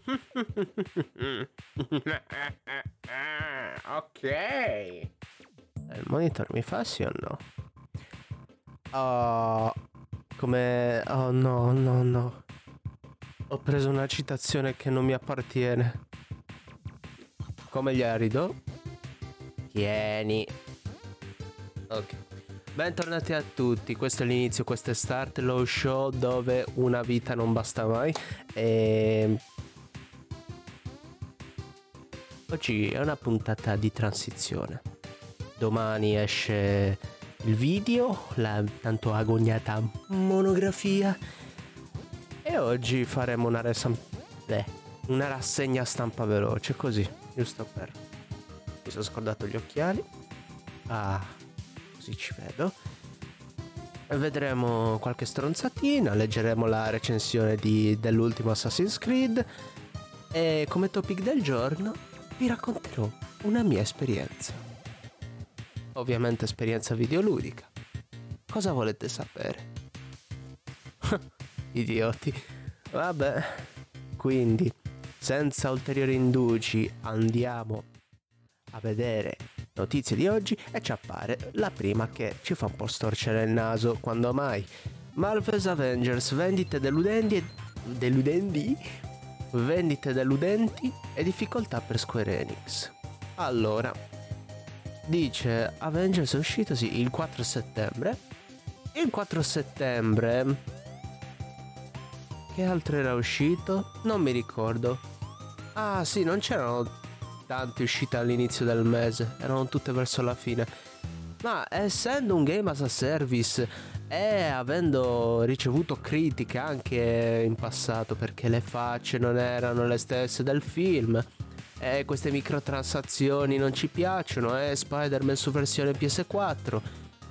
Ok. Il monitor mi fa sì o no? Oh, come... Oh no, no, no. Ho preso una citazione che non mi appartiene. Come gli arido? Tieni. Ok. Bentornati a tutti, questo è l'inizio, questo è Start, lo show dove una vita non basta mai. E... oggi è una puntata di transizione. Domani esce il video, la tanto agoniata monografia. E oggi faremo una rassegna stampa veloce, così, giusto per... Mi sono scordato gli occhiali. Ah, così ci vedo. Vedremo qualche stronzatina, leggeremo la recensione dell'ultimo Assassin's Creed e come topic del giorno vi racconterò una mia esperienza. Ovviamente esperienza videoludica. Cosa volete sapere? Idioti. Vabbè, quindi senza ulteriori indugi andiamo a vedere notizie di oggi e ci appare la prima che ci fa un po' storcere il naso. Quando mai? Marvel's Avengers, vendite deludenti e difficoltà per Square Enix. Allora, dice Avengers è uscito sì il 4 settembre. Il 4 settembre che altro era uscito? Non mi ricordo. Ah sì, non c'erano tante uscite all'inizio del mese, erano tutte verso la fine. Ma essendo un game as a service e avendo ricevuto critiche anche in passato perché le facce non erano le stesse del film e queste microtransazioni non ci piacciono e Spider-Man su versione PS4,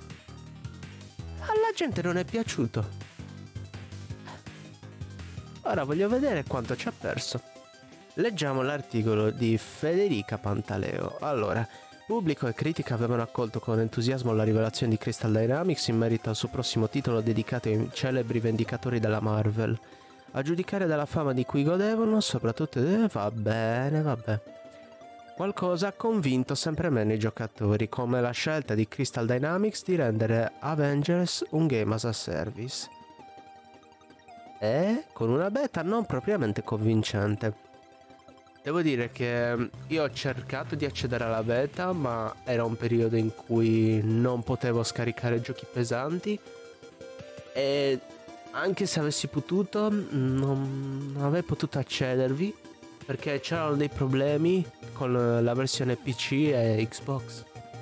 alla gente non è piaciuto. Ora voglio vedere quanto ci ha perso. Leggiamo l'articolo di Federica Pantaleo. Allora, pubblico e critica avevano accolto con entusiasmo la rivelazione di Crystal Dynamics in merito al suo prossimo titolo dedicato ai celebri vendicatori della Marvel. A giudicare dalla fama di cui godevano, soprattutto... va bene, vabbè. Qualcosa ha convinto sempre meno i giocatori, come la scelta di Crystal Dynamics di rendere Avengers un game as a service. E con una beta non propriamente convincente. Devo dire che io ho cercato di accedere alla beta, ma era un periodo in cui non potevo scaricare giochi pesanti e anche se avessi potuto non avrei potuto accedervi perché c'erano dei problemi con la versione PC e Xbox.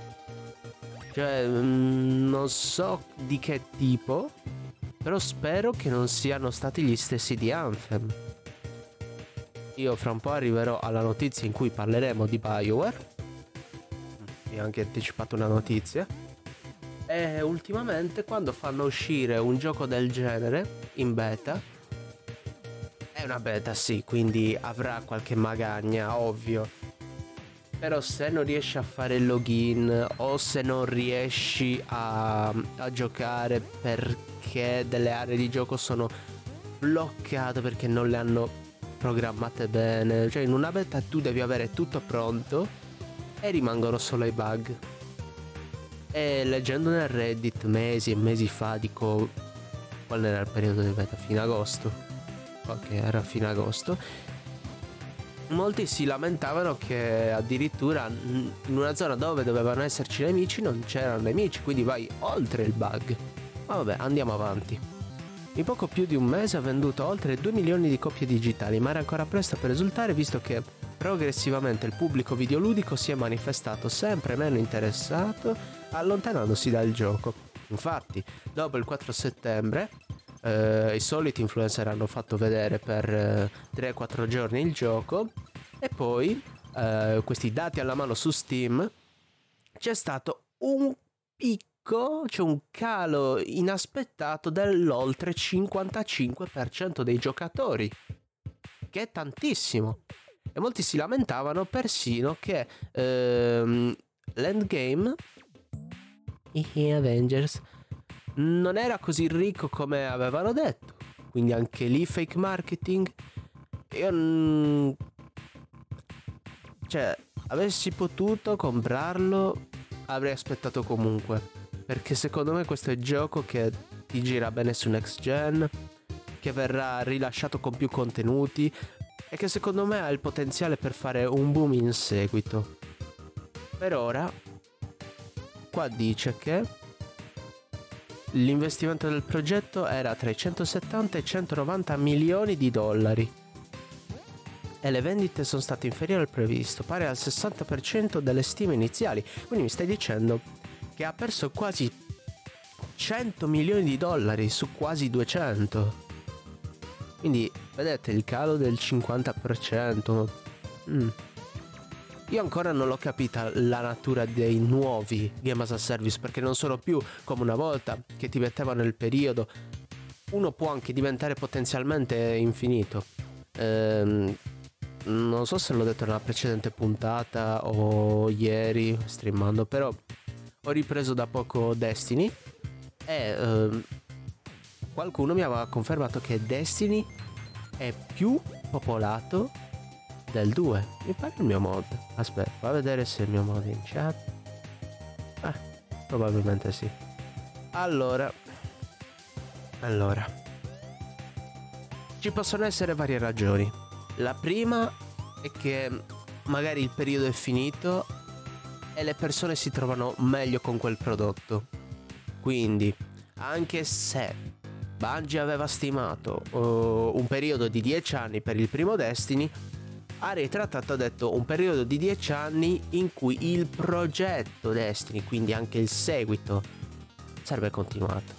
Cioè, non so di che tipo, però spero che non siano stati gli stessi di Anthem. Io fra un po' arriverò alla notizia in cui parleremo di BioWare. Vi ho anche anticipato una notizia. E ultimamente quando fanno uscire un gioco del genere in beta, è una beta sì, quindi avrà qualche magagna, ovvio. Però se non riesci a fare il login o se non riesci a giocare perché delle aree di gioco sono bloccate perché non le hanno programmate bene, cioè in una beta tu devi avere tutto pronto e rimangono solo i bug. E leggendo nel Reddit mesi e mesi fa, dico, qual era il periodo di beta? Fine agosto? Ok, era fine agosto. Molti si lamentavano che addirittura in una zona dove dovevano esserci nemici non c'erano nemici, quindi vai oltre il bug. Ma vabbè, andiamo avanti. In poco più di un mese ha venduto oltre 2 milioni di copie digitali, ma era ancora presto per esultare visto che progressivamente il pubblico videoludico si è manifestato sempre meno interessato, allontanandosi dal gioco. Infatti, dopo il 4 settembre, i soliti influencer hanno fatto vedere per 3-4 giorni il gioco e poi, questi dati alla mano su Steam, c'è stato un picco, c'è un calo inaspettato dell'oltre 55% dei giocatori, che è tantissimo. E molti si lamentavano persino che l'endgame Avengers non era così ricco come avevano detto, quindi anche lì fake marketing. io cioè, avessi potuto comprarlo, avrei aspettato comunque, perché secondo me questo è il gioco che ti gira bene su next gen, che verrà rilasciato con più contenuti e che secondo me ha il potenziale per fare un boom in seguito. Per ora qua dice che l'investimento del progetto era tra i 170 e i 190 milioni di dollari e le vendite sono state inferiori al previsto, pari al 60% delle stime iniziali. Quindi mi stai dicendo che ha perso quasi 100 milioni di dollari su quasi 200. Quindi vedete il calo del 50%. Io ancora non l'ho capita la natura dei nuovi Game as a Service, perché non sono più come una volta che ti mettevano il periodo. Uno può anche diventare potenzialmente infinito. Non so se l'ho detto nella precedente puntata o ieri streamando, però ho ripreso da poco Destiny e qualcuno mi aveva confermato che Destiny è più popolato del 2. Mi pare il mio mod. Aspetta, va a vedere se il mio mod è in chat. Probabilmente sì. Allora, ci possono essere varie ragioni. La prima è che magari il periodo è finito e le persone si trovano meglio con quel prodotto. Quindi, anche se Bungie aveva stimato un periodo di 10 anni per il primo Destiny, ha ritrattato, ha detto un periodo di 10 anni in cui il progetto Destiny, quindi anche il seguito, sarebbe continuato.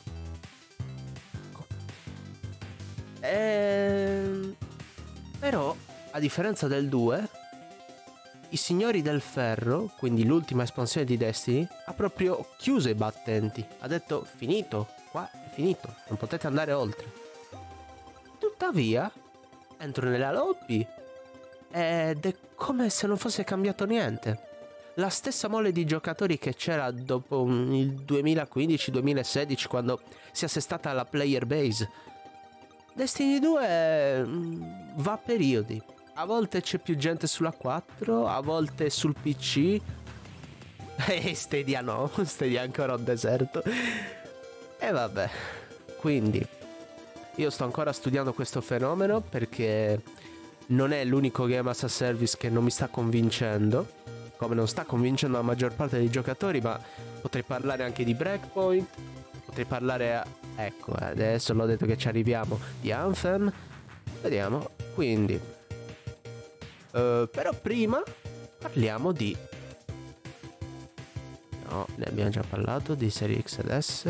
Però, a differenza del 2, i Signori del Ferro, quindi l'ultima espansione di Destiny, ha proprio chiuso i battenti. Ha detto finito, qua è finito, non potete andare oltre. Tuttavia, entro nella lobby ed è come se non fosse cambiato niente. La stessa mole di giocatori che c'era dopo il 2015-2016, quando si è assestata la player base. Destiny 2 va a periodi. A volte c'è più gente sulla 4, a volte sul PC. E Stadia no, Stadia è ancora un deserto. E vabbè, quindi io sto ancora studiando questo fenomeno, perché non è l'unico Game as a Service che non mi sta convincendo, come non sta convincendo la maggior parte dei giocatori. Ma potrei parlare anche di Breakpoint, potrei parlare ecco, adesso l'ho detto che ci arriviamo, di Anthem. Vediamo, quindi però prima parliamo di ne abbiamo già parlato di Serie X ed S.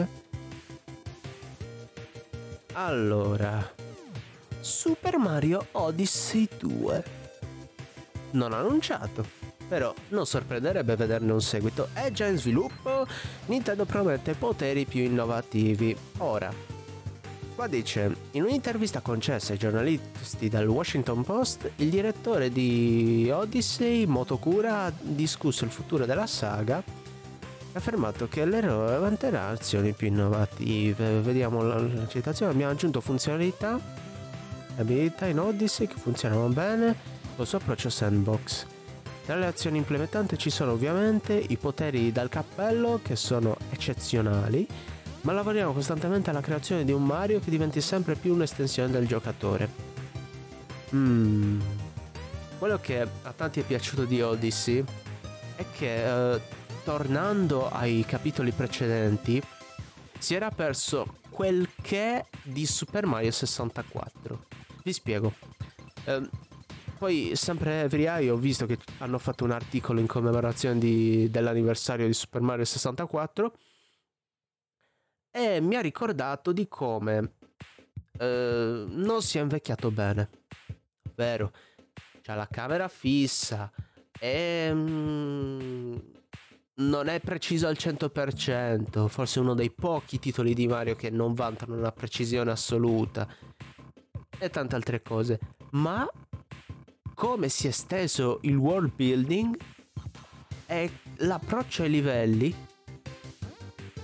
Allora, Super Mario Odyssey 2 non annunciato, però non sorprenderebbe vederne un seguito. È già in sviluppo, Nintendo promette poteri più innovativi. Ora, qua dice, in un'intervista concessa ai giornalisti del Washington Post, il direttore di Odyssey, Motokura, ha discusso il futuro della saga e ha affermato che l'eroe vanterà azioni più innovative. Vediamo la citazione: abbiamo aggiunto funzionalità e abilità in Odyssey che funzionano bene con il suo approccio sandbox. Tra le azioni implementate ci sono ovviamente i poteri dal cappello, che sono eccezionali, ma lavoriamo costantemente alla creazione di un Mario che diventi sempre più un'estensione del giocatore. Quello che a tanti è piaciuto di Odyssey è che tornando ai capitoli precedenti si era perso quel che di Super Mario 64. Vi spiego. Poi sempre Every Eye ho visto che hanno fatto un articolo in commemorazione dell'anniversario di Super Mario 64 e mi ha ricordato di come non sia invecchiato bene. Ovvero, c'ha la camera fissa e non è preciso al 100%, forse uno dei pochi titoli di Mario che non vantano una precisione assoluta e tante altre cose. Ma come si è esteso il world building e l'approccio ai livelli,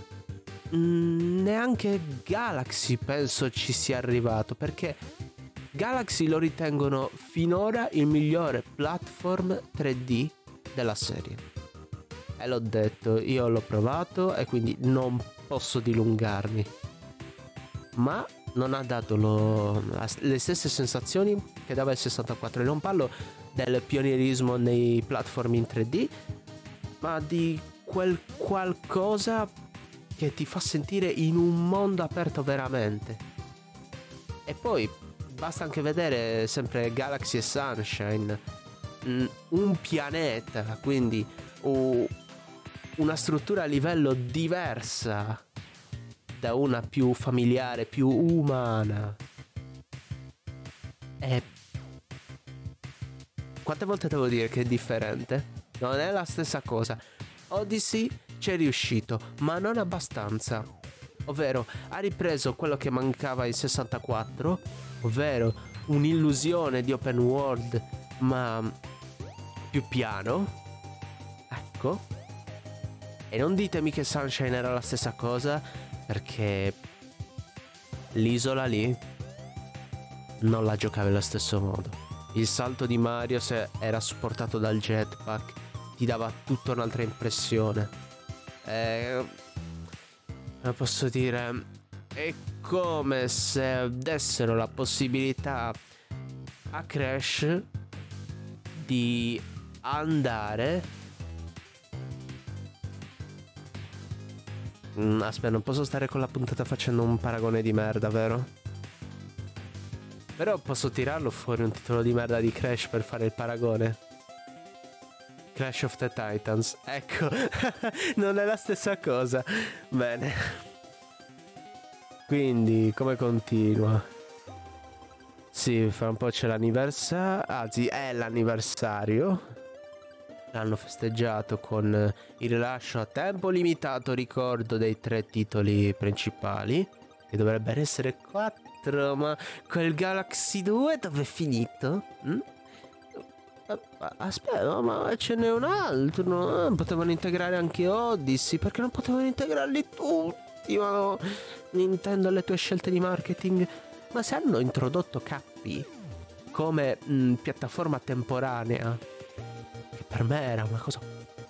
neanche Galaxy penso ci sia arrivato, perché Galaxy lo ritengono finora il migliore platform 3D della serie. E l'ho detto, io l'ho provato e quindi non posso dilungarmi. Ma non ha dato le stesse sensazioni che dava il 64. E non parlo del pionierismo nei platform in 3D, ma di quel qualcosa che ti fa sentire in un mondo aperto veramente. E poi basta anche vedere sempre Galaxy e Sunshine, un pianeta, quindi una struttura a livello diversa da una più familiare, più umana. E quante volte devo dire che è differente? Non è la stessa cosa. Odyssey c'è riuscito, ma non abbastanza. Ovvero, ha ripreso quello che mancava in 64, ovvero un'illusione di open world, ma più piano. Ecco. E non ditemi che Sunshine era la stessa cosa, perché l'isola lì non la giocava allo stesso modo. Il salto di Mario, se era supportato dal jetpack, ti dava tutta un'altra impressione. Posso dire, è come se dessero la possibilità a Crash di andare. Aspetta, non posso stare con la puntata facendo un paragone di merda, vero? Però posso tirarlo fuori un titolo di merda di Crash per fare il paragone. Clash of the Titans. Ecco, non è la stessa cosa. Bene. Quindi, come continua? Sì, fra un po' c'è l'anniversario. Anzi, è l'anniversario. L'hanno festeggiato con il rilascio a tempo limitato, ricordo, dei 3 titoli principali, che dovrebbero essere 4, ma quel Galaxy 2 dove è finito? Aspetta, ma ce n'è un altro, no? Potevano integrare anche Odyssey, perché non potevano integrarli tutti? Ma no, Nintendo, le tue scelte di marketing. Ma se hanno introdotto Cappy come piattaforma temporanea, che per me era una cosa,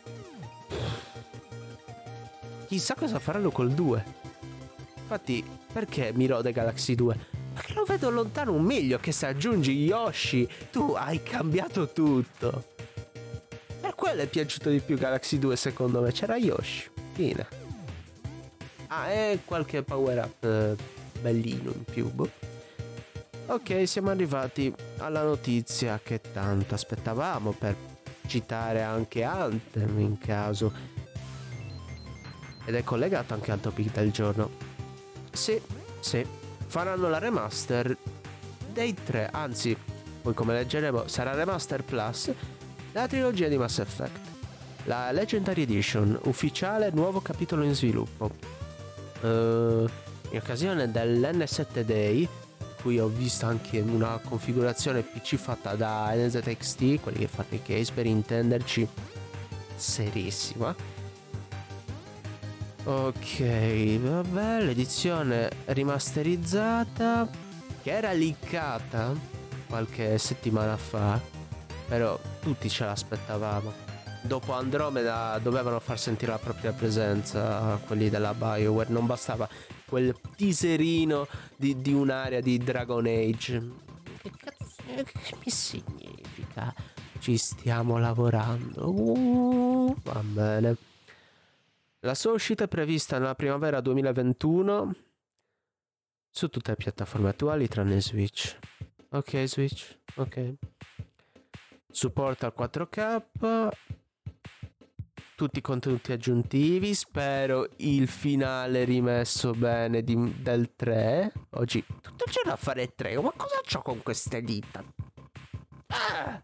chissà cosa faranno col 2. Infatti, perché mi rode Galaxy 2? Perché lo vedo lontano un miglio, che se aggiungi Yoshi tu hai cambiato tutto. Per quello è piaciuto di più Galaxy 2, secondo me. C'era Yoshi, fine. Ah, e qualche power up bellino in più. Ok, siamo arrivati alla notizia che tanto aspettavamo, per citare anche Anthem in caso, ed è collegato anche al topic del giorno. Sì, faranno la remaster dei 3, anzi, poi come leggeremo sarà remaster plus della trilogia di Mass Effect, la Legendary Edition ufficiale, nuovo capitolo in sviluppo, in occasione dell'N7 Day, cui ho visto anche una configurazione PC fatta da NZXT, quelli che fanno i case per intenderci, serissima. Ok, vabbè, l'edizione rimasterizzata che era leakata qualche settimana fa, però tutti ce l'aspettavamo. Dopo Andromeda dovevano far sentire la propria presenza quelli della BioWare, non bastava quel teaserino di un'area di Dragon Age. Che cazzo che mi significa? Ci stiamo lavorando. Va bene. La sua uscita è prevista nella primavera 2021 su tutte le piattaforme attuali tranne Switch. Ok, Switch, ok. Supporta al 4K, tutti i contenuti aggiuntivi, spero il finale rimesso bene del 3. Oggi tutto il giorno a fare 3, ma cosa c'ho con queste dita? Ah!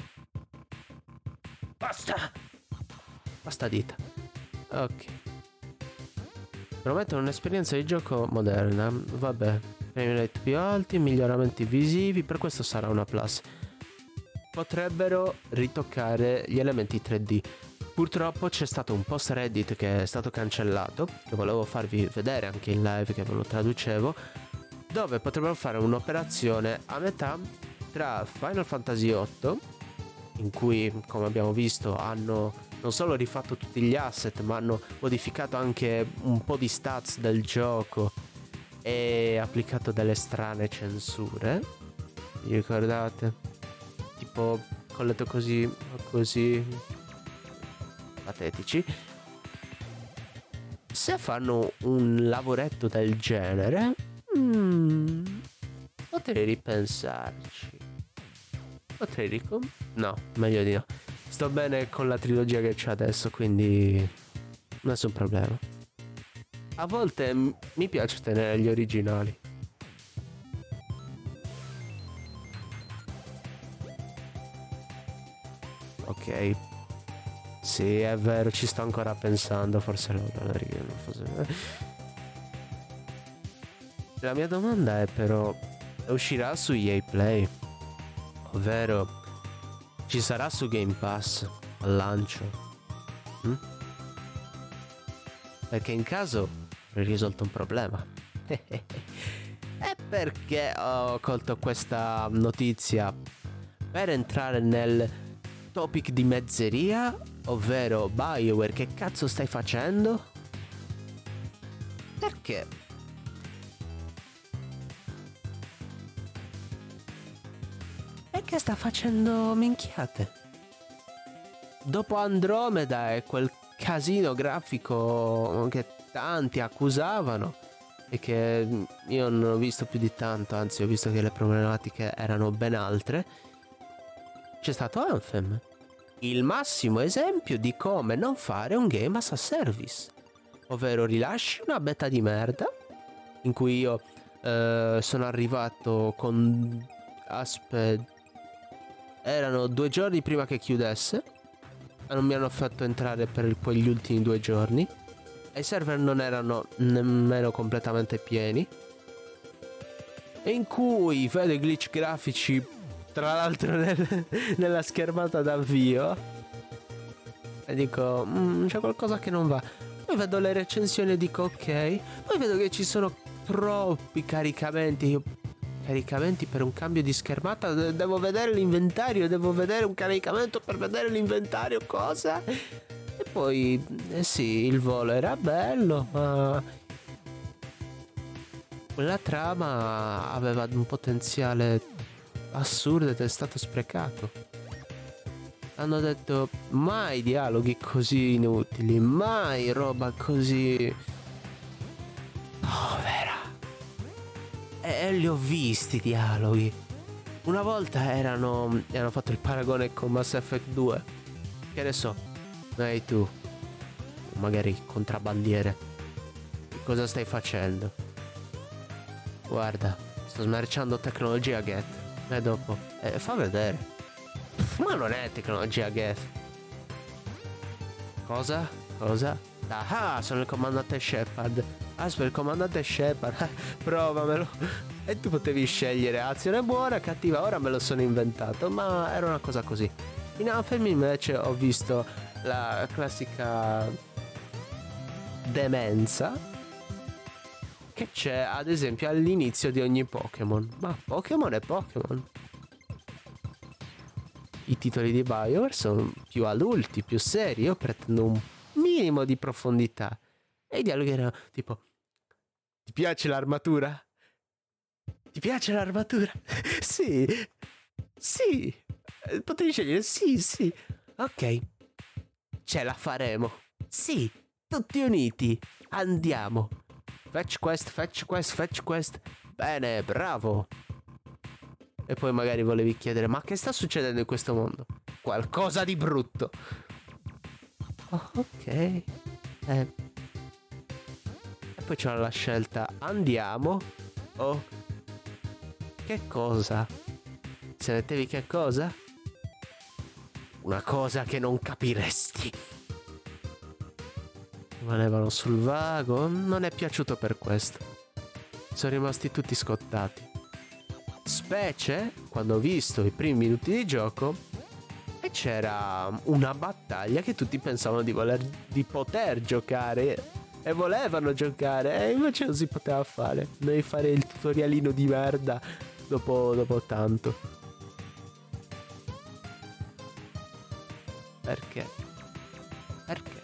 Basta dita. Ok. Promettono un'esperienza di gioco moderna. Vabbè, frame rate più alti, miglioramenti visivi, per questo sarà una plus. Potrebbero ritoccare gli elementi 3D. Purtroppo c'è stato un post Reddit che è stato cancellato, che volevo farvi vedere anche in live, che ve lo traducevo, dove potrebbero fare un'operazione a metà tra Final Fantasy VIII, in cui, come abbiamo visto, hanno non solo rifatto tutti gli asset, ma hanno modificato anche un po' di stats del gioco e applicato delle strane censure. Vi ricordate? Tipo colletto così patetici. Se fanno un lavoretto del genere, potrei ripensarci. No, meglio di no. Sto bene con la trilogia che c'è adesso, quindi nessun problema. A volte mi piace tenere gli originali. Ok. Sì, è vero, ci sto ancora pensando, forse no, La mia domanda è però, uscirà su EA Play? Ovvero, ci sarà su Game Pass al lancio? Perché in caso avrei risolto un problema. E perché ho colto questa notizia? Per entrare nel topic di mezzeria, ovvero BioWare, che cazzo stai facendo? Perché? Perché sta facendo minchiate? Dopo Andromeda e quel casino grafico che tanti accusavano e che io non ho visto più di tanto, anzi ho visto che le problematiche erano ben altre, c'è stato Anthem, il massimo esempio di come non fare un game as a service, ovvero rilasci una beta di merda in cui io sono arrivato con erano 2 giorni prima che chiudesse e non mi hanno fatto entrare per quegli ultimi 2 giorni e i server non erano nemmeno completamente pieni, e in cui vedo i glitch grafici tra l'altro nella schermata d'avvio e dico c'è qualcosa che non va. Poi vedo le recensioni e dico ok, poi vedo che ci sono troppi caricamenti per un cambio di schermata. Devo vedere l'inventario, devo vedere un caricamento per vedere l'inventario, cosa? E poi sì, il volo era bello, ma la trama aveva un potenziale assurdo ed è stato sprecato. Hanno detto mai dialoghi così inutili, mai roba così povera. E li ho visti i dialoghi. Una volta hanno fatto il paragone con Mass Effect 2. Che ne so, ehi tu, magari contrabbandiere, cosa stai facendo? Guarda, sto smerciando tecnologia Get. E dopo, fa vedere. Ma non è tecnologia Get. Cosa? Ah, sono il comandante Shepard. Aspetta, il comandante Shepard. Provamelo. E tu potevi scegliere azione buona, cattiva. Ora me lo sono inventato, ma era una cosa così. In Anthem invece ho visto la classica demenza che c'è ad esempio all'inizio di ogni Pokémon. Ma Pokémon è Pokémon. I titoli di BioWare sono più adulti, più seri. Io pretendo un minimo di profondità. E i dialoghi erano tipo: ti piace l'armatura? Ti piace l'armatura? Sì. Potevi scegliere sì. Ok. Ce la faremo. Sì. Tutti uniti. Andiamo. Fetch quest. Bene, bravo. E poi magari volevi chiedere: ma che sta succedendo in questo mondo? Qualcosa di brutto. Oh, ok. E poi c'era la scelta: andiamo o che cosa? Se mettevi che cosa? Una cosa che non capiresti. Rimanevano sul vago. Non è piaciuto per questo. Sono rimasti tutti scottati. Specie quando ho visto i primi minuti di gioco e c'era una battaglia che tutti pensavano di poter giocare E volevano giocare, e invece non si poteva fare. Devi fare il tutorialino di merda dopo tanto. Perché? Perché?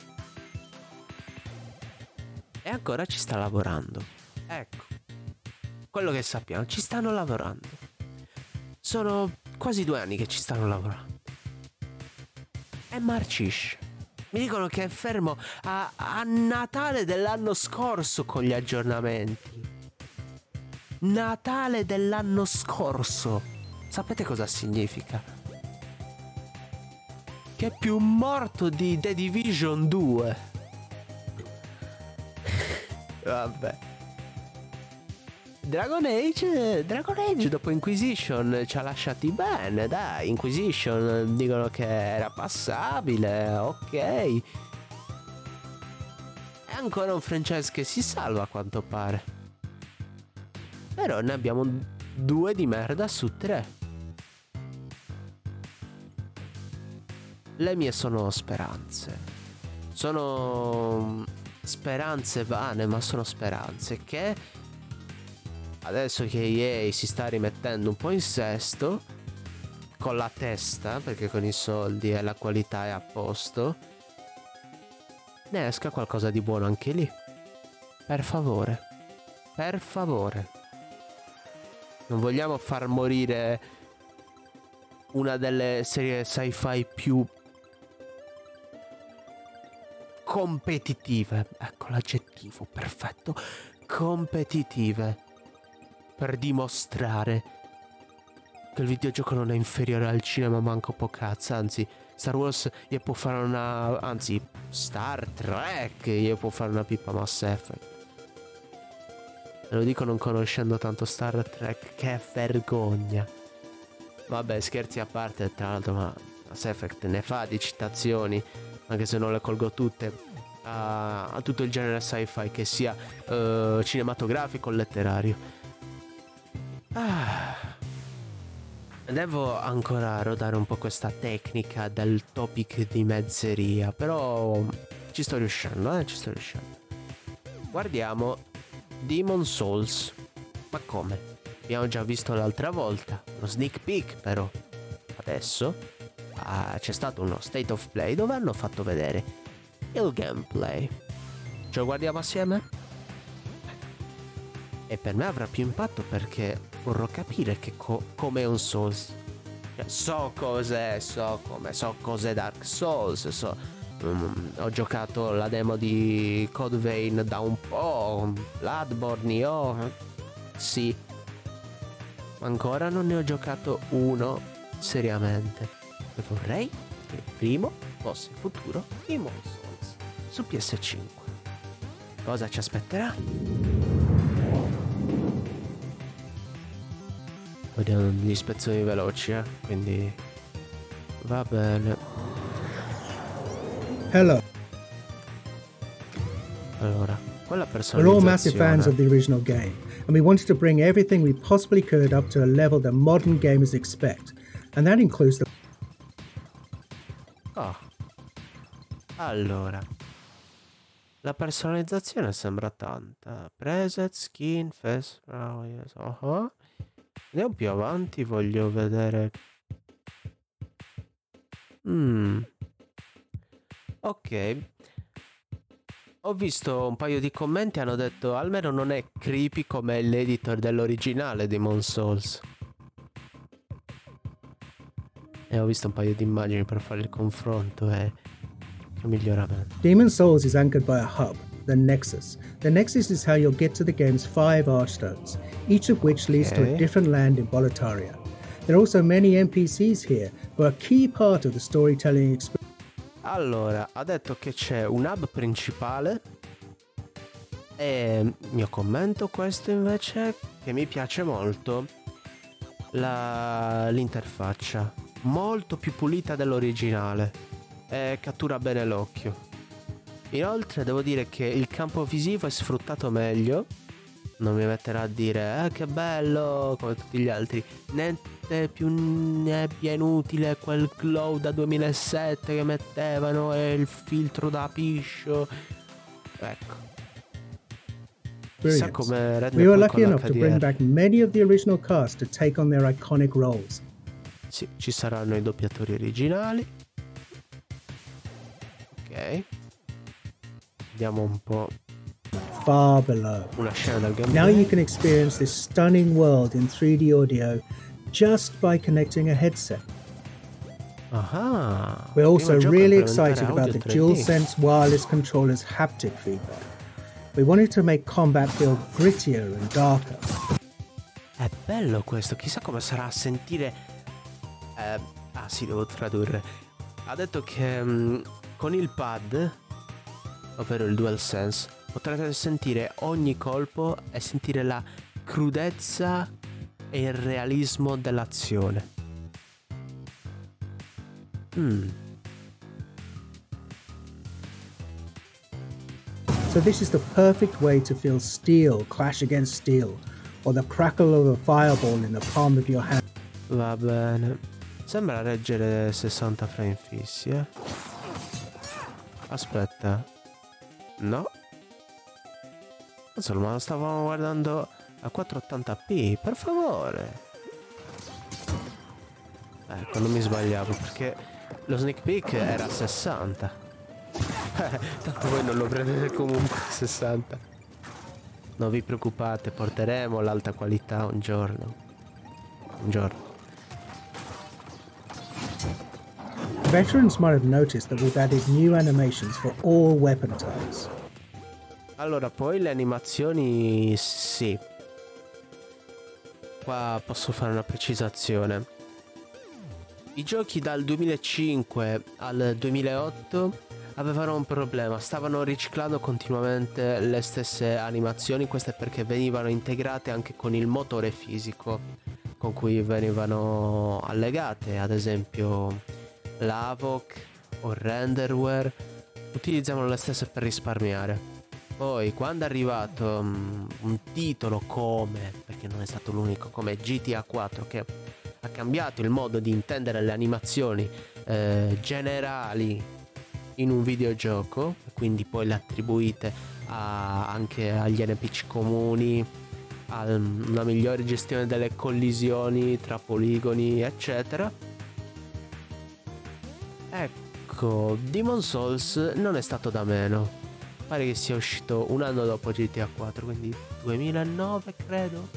E ancora ci sta lavorando. Ecco, quello che sappiamo, ci stanno lavorando. Sono quasi 2 anni che ci stanno lavorando. E marcisce. Mi dicono che è fermo a Natale dell'anno scorso con gli aggiornamenti. Natale dell'anno scorso. Sapete cosa significa? Che è più morto di The Division 2. Vabbè. Dragon Age dopo Inquisition ci ha lasciati bene, dai. Inquisition dicono che era passabile, ok. È ancora un franchise che si salva a quanto pare. Però ne abbiamo 2 di merda su 3. Le mie sono speranze. Sono speranze vane, ma sono speranze che adesso che EA si sta rimettendo un po' in sesto con la testa, perché con i soldi e la qualità è a posto, ne esca qualcosa di buono anche lì. Per favore. Per favore. Non vogliamo far morire una delle serie sci-fi più competitive. Ecco l'aggettivo perfetto. Competitive. Per dimostrare che il videogioco non è inferiore al cinema manco po' cazzo. Anzi, Star Wars gli può fare una... Anzi, Star Trek gli può fare una pippa Mass Effect. Lo dico non conoscendo tanto Star Trek. Che vergogna. Vabbè, scherzi a parte, tra l'altro, ma Mass Effect ne fa di citazioni, anche se non le colgo tutte, a tutto il genere sci-fi, che sia cinematografico o letterario. Devo ancora rodare un po' questa tecnica del topic di mezzeria, però ci sto riuscendo, ci sto riuscendo. Guardiamo Demon Souls. Ma come? Abbiamo già visto l'altra volta uno sneak peek, però adesso c'è stato uno state of play dove hanno fatto vedere il gameplay. Ce lo guardiamo assieme? E per me avrà più impatto perché vorrò capire che com'è un Souls. So cos'è, so cos'è Dark Souls, ho giocato la demo di Code Vein da un po', Bloodborne io, sì. Ancora non ne ho giocato uno seriamente. E vorrei che il primo fosse il futuro Demon Souls su PS5. Cosa ci aspetterà? Vediamo gli spezzoni veloci, quindi va bene. Hello. Allora, quella We're all massive fans personalizzazione. of the original game, and we wanted to bring everything we possibly could up to a level that modern gamers expect, and that includes the... Allora, la personalizzazione sembra tanta. Preset, skin, face... Andiamo più avanti, voglio vedere... Ok. Ho visto un paio di commenti, hanno detto almeno non è creepy come l'editor dell'originale di Demon Souls. E ho visto un paio di immagini per fare il confronto e un miglioramento. Demon Souls is anchored by a hub, the Nexus. The Nexus is how you'll get to the game's 5 Archstones, each of which leads to a different land in Boletaria. There are also many NPCs here, who are a key part of the storytelling experience. Allora, ha detto che c'è un hub principale e mio commento questo invece che mi piace molto l'interfaccia, molto più pulita dell'originale e cattura bene l'occhio. Inoltre devo dire che il campo visivo è sfruttato meglio. Non mi metterò a dire che bello come tutti gli altri. Niente più nebbia inutile, quel glow da 2007 che mettevano e il filtro da piscio. Ecco, experience. We were lucky enough to bring back many of the original cast to take on their iconic roles. Sì, ci saranno i doppiatori originali. Ok. Vediamo un po'. Far below. Una scena del gameplay. Now you can experience this stunning world in 3D audio just by connecting a headset. We're also really excited about the DualSense wireless controller's haptic feedback. We wanted to make combat feel grittier and darker. È bello questo, chissà come sarà a sentire. Sì, devo tradurre. Ha detto che con il pad, ovvero il DualSense, potrete sentire ogni colpo e sentire la crudezza e il realismo dell'azione. So this is the perfect way to feel steel clash against steel, or the crackle of a fireball in the palm of your hand. Va bene. Sembra reggere 60 frame fissi, Aspetta. No. Insomma, lo stavamo guardando a 480p, per favore. Ecco, non mi sbagliavo, perché lo sneak peek era a 60. Tanto voi non lo prendete comunque a 60. Non vi preoccupate, porteremo l'alta qualità un giorno. Un giorno. Veterans might have noticed that we've added new animations for all weapon types. Allora, poi le animazioni, sì. Qua posso fare una precisazione. I giochi dal 2005 al 2008 avevano un problema, stavano riciclando continuamente le stesse animazioni, questo è perché venivano integrate anche con il motore fisico con cui venivano allegate, ad esempio l'Avoc o Renderware, utilizzavano le stesse per risparmiare. Poi quando è arrivato un titolo come, perché non è stato l'unico, come GTA 4, che ha cambiato il modo di intendere le animazioni generali in un videogioco, quindi poi le attribuite anche agli NPC comuni, a una migliore gestione delle collisioni tra poligoni, eccetera. Ecco, Demon's Souls non è stato da meno. Pare che sia uscito un anno dopo GTA 4, quindi 2009 credo.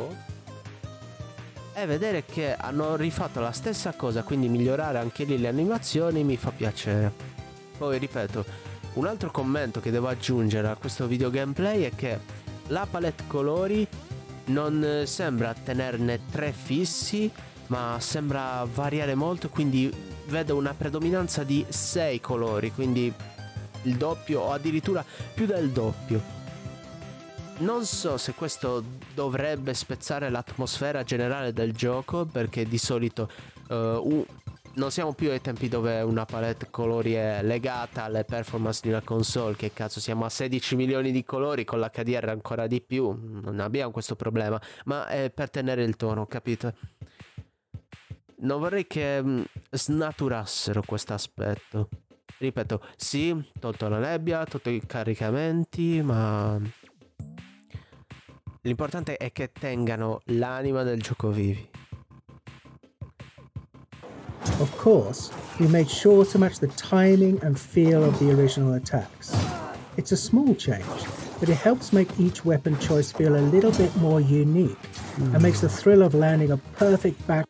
E vedere che hanno rifatto la stessa cosa, quindi migliorare anche lì le animazioni, mi fa piacere. Poi ripeto, un altro commento che devo aggiungere a questo video gameplay è che la palette colori non sembra tenerne 3 fissi, ma sembra variare molto, quindi vedo una predominanza di 6 colori, quindi il doppio o addirittura più del doppio. Non so se questo dovrebbe spezzare l'atmosfera generale del gioco, perché di solito non siamo più ai tempi dove una palette colori è legata alle performance di una console, che cazzo siamo a 16 milioni di colori, con l'HDR ancora di più, non abbiamo questo problema, ma è per tenere il tono, capito? Non vorrei che snaturassero questo aspetto. Ripeto, sì, tolto la nebbia, tolto i caricamenti, ma l'importante è che tengano l'anima del gioco vivi. Of course, we made sure to match the timing and feel of the original attacks. It's a small change, but it helps make each weapon choice feel a little bit more unique and makes the thrill of landing a perfect back.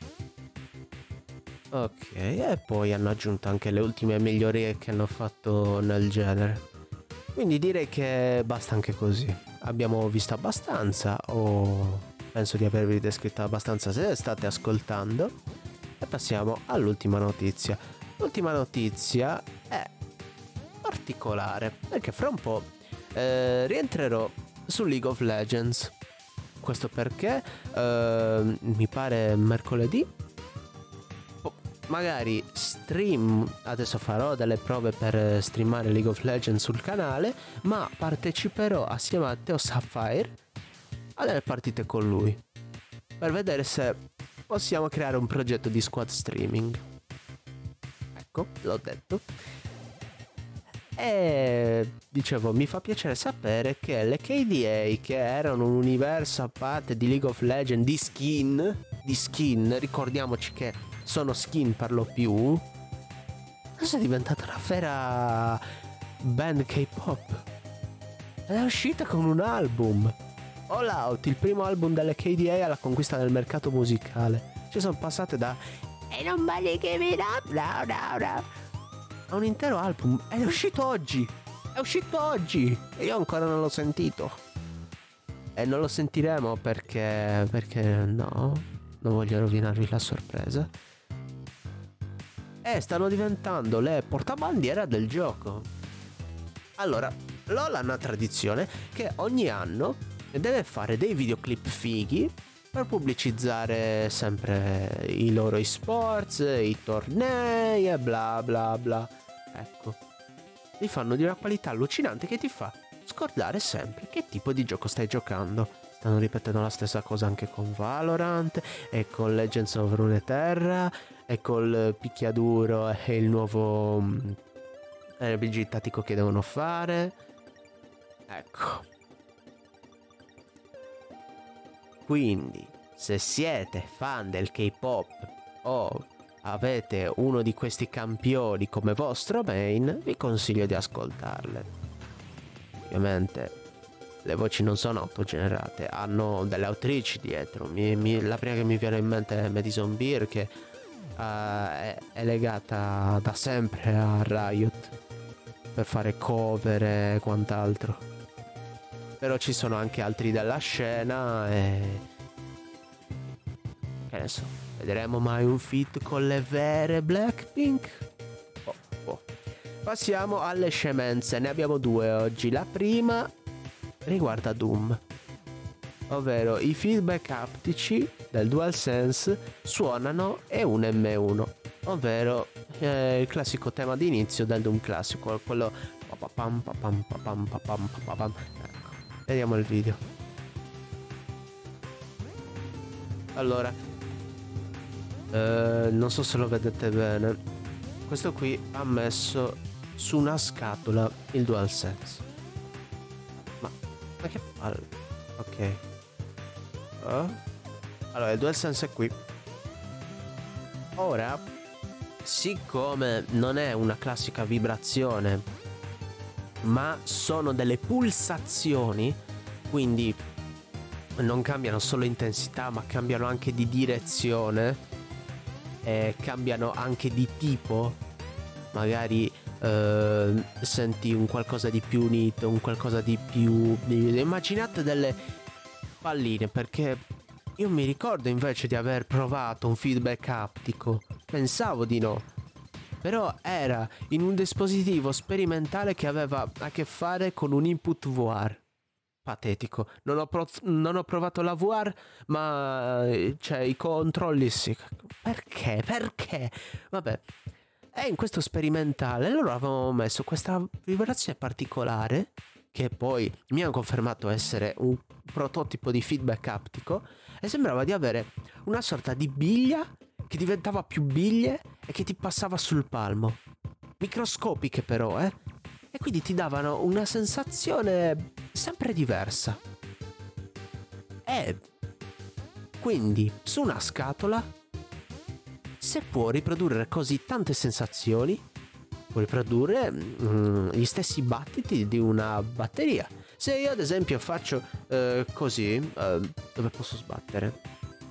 Ok, e poi hanno aggiunto anche le ultime migliorie che hanno fatto nel genere. Quindi direi che basta anche così. Abbiamo visto abbastanza, o penso di avervi descritto abbastanza se state ascoltando. E passiamo all'ultima notizia. L'ultima notizia è particolare, perché fra un po' rientrerò su League of Legends. Questo perché mi pare mercoledì, magari stream, adesso farò delle prove per streamare League of Legends sul canale, ma parteciperò assieme a Teo Sapphire a delle partite con lui, per vedere se possiamo creare un progetto di squad streaming. Ecco, l'ho detto. E dicevo, mi fa piacere sapere che le KDA, che erano un universo a parte di League of Legends di skin, ricordiamoci che sono skin per lo più, adesso è diventata una vera band K-pop ed è uscita con un album, All Out, il primo album delle KDA alla conquista del mercato musicale. Ci sono passate da "E non vale che mi da no a un intero album ed è uscito oggi e io ancora non l'ho sentito e non lo sentiremo perché no, non voglio rovinarvi la sorpresa. E stanno diventando le portabandiera del gioco. Allora, LOL ha una tradizione che ogni anno deve fare dei videoclip fighi per pubblicizzare sempre i loro esports, i tornei e bla bla bla. Ecco, li fanno di una qualità allucinante che ti fa scordare sempre che tipo di gioco stai giocando. Stanno ripetendo la stessa cosa anche con Valorant e con Legends of Runeterra e col picchiaduro e il nuovo RPG tattico che devono fare. Ecco. Quindi, se siete fan del K-pop o avete uno di questi campioni come vostro main, vi consiglio di ascoltarle. Ovviamente le voci non sono autogenerate, hanno delle autrici dietro. La prima che mi viene in mente è Madison Beer, che è legata da sempre a Riot per fare cover e quant'altro. Però ci sono anche altri della scena e che ne so, vedremo mai un feat con le vere Blackpink? Passiamo alle scemenze, ne abbiamo due oggi. La prima riguarda Doom, ovvero i feedback aptici del DualSense suonano E1M1, ovvero il classico tema di inizio del Doom classico, quello ecco, vediamo il video. Allora, non so se lo vedete bene, questo qui ha messo su una scatola il DualSense. Ma che palle. Ok. Allora il DualSense è qui. Ora, siccome non è una classica vibrazione, ma sono delle pulsazioni, quindi non cambiano solo intensità, ma cambiano anche di direzione e cambiano anche di tipo. Magari senti un qualcosa di più unito, un qualcosa di più... Immaginate delle palline, perché io mi ricordo invece di aver provato un feedback aptico. Pensavo di no, però era in un dispositivo sperimentale che aveva a che fare con un input VR. Patetico. Non ho provato la VR, ma cioè i controlli sì. Perché? Vabbè. E in questo sperimentale loro avevano messo questa vibrazione particolare, che poi mi hanno confermato essere un prototipo di feedback aptico, e sembrava di avere una sorta di biglia che diventava più biglie e che ti passava sul palmo. Microscopiche però, e quindi ti davano una sensazione sempre diversa. E quindi su una scatola, se può riprodurre così tante sensazioni, può riprodurre gli stessi battiti di una batteria. Se io ad esempio faccio così, dove posso sbattere?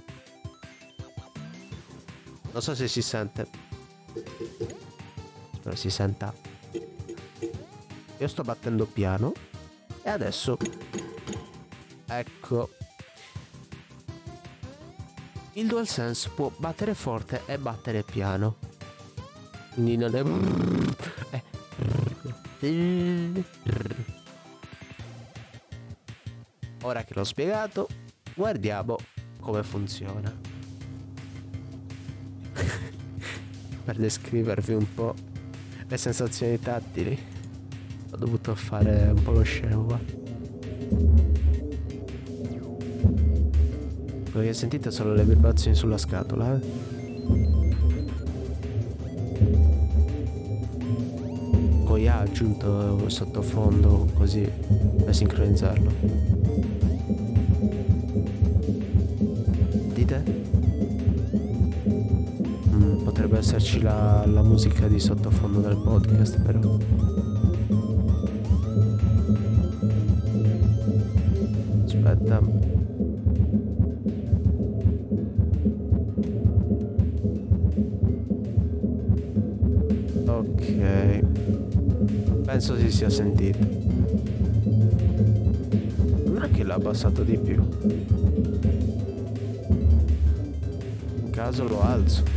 Non so se si sente. Spero si senta. Io sto battendo piano e adesso ecco, il DualSense può battere forte e battere piano, quindi non è ora che l'ho spiegato, guardiamo come funziona. Per descrivervi un po' le sensazioni tattili ho dovuto fare un po' lo scemo. Quello che sentite sono le vibrazioni sulla scatola, Con gli ha aggiunto sottofondo così per sincronizzarlo. Dite? Potrebbe esserci la musica di sottofondo del podcast, però. Aspetta. Ok. Penso si sia sentito. Non è che l'ha abbassato di più. In caso lo alzo.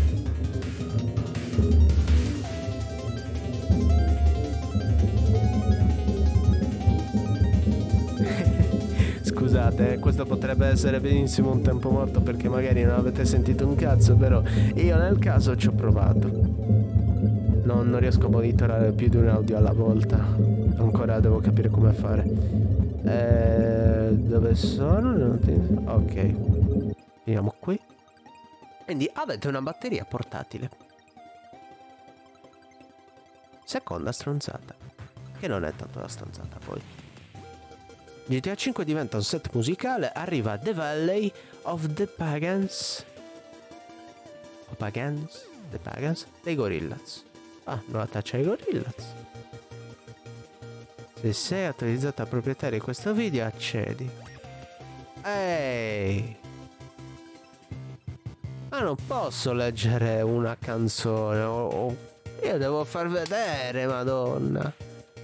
Scusate, questo potrebbe essere benissimo un tempo morto perché magari non avete sentito un cazzo, però io nel caso ci ho provato. Non riesco a monitorare più di un audio alla volta. Ancora devo capire come fare. Dove sono? Ok. Finiamo qui. Quindi avete una batteria portatile. Seconda stronzata. Che non è tanto la stronzata poi. GTA 5 diventa un set musicale, arriva The Valley of the Pagans. O Pagans? The Pagans? Dei Gorillaz. Ah, nuova traccia dei Gorillaz. Se sei autorizzato a proprietario di questo video, accedi. Ehi! Ma non posso leggere una canzone. Io devo far vedere, madonna.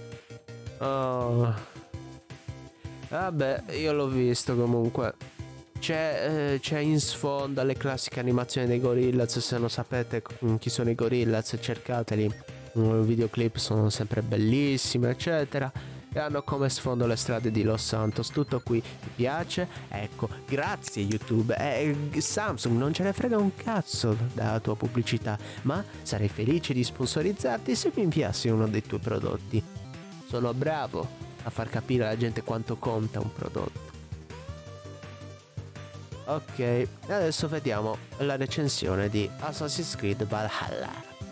Oh. Vabbè, io l'ho visto comunque. C'è in sfondo le classiche animazioni dei Gorillaz. Se non sapete chi sono i Gorillaz, cercateli. I videoclip sono sempre bellissimi, eccetera. E hanno come sfondo le strade di Los Santos. Tutto qui. Mi piace? Ecco, grazie YouTube. Samsung non ce ne frega un cazzo della tua pubblicità, ma sarei felice di sponsorizzarti se mi inviassi uno dei tuoi prodotti. Sono bravo a far capire alla gente quanto conta un prodotto. Ok, adesso vediamo la recensione di Assassin's Creed Valhalla.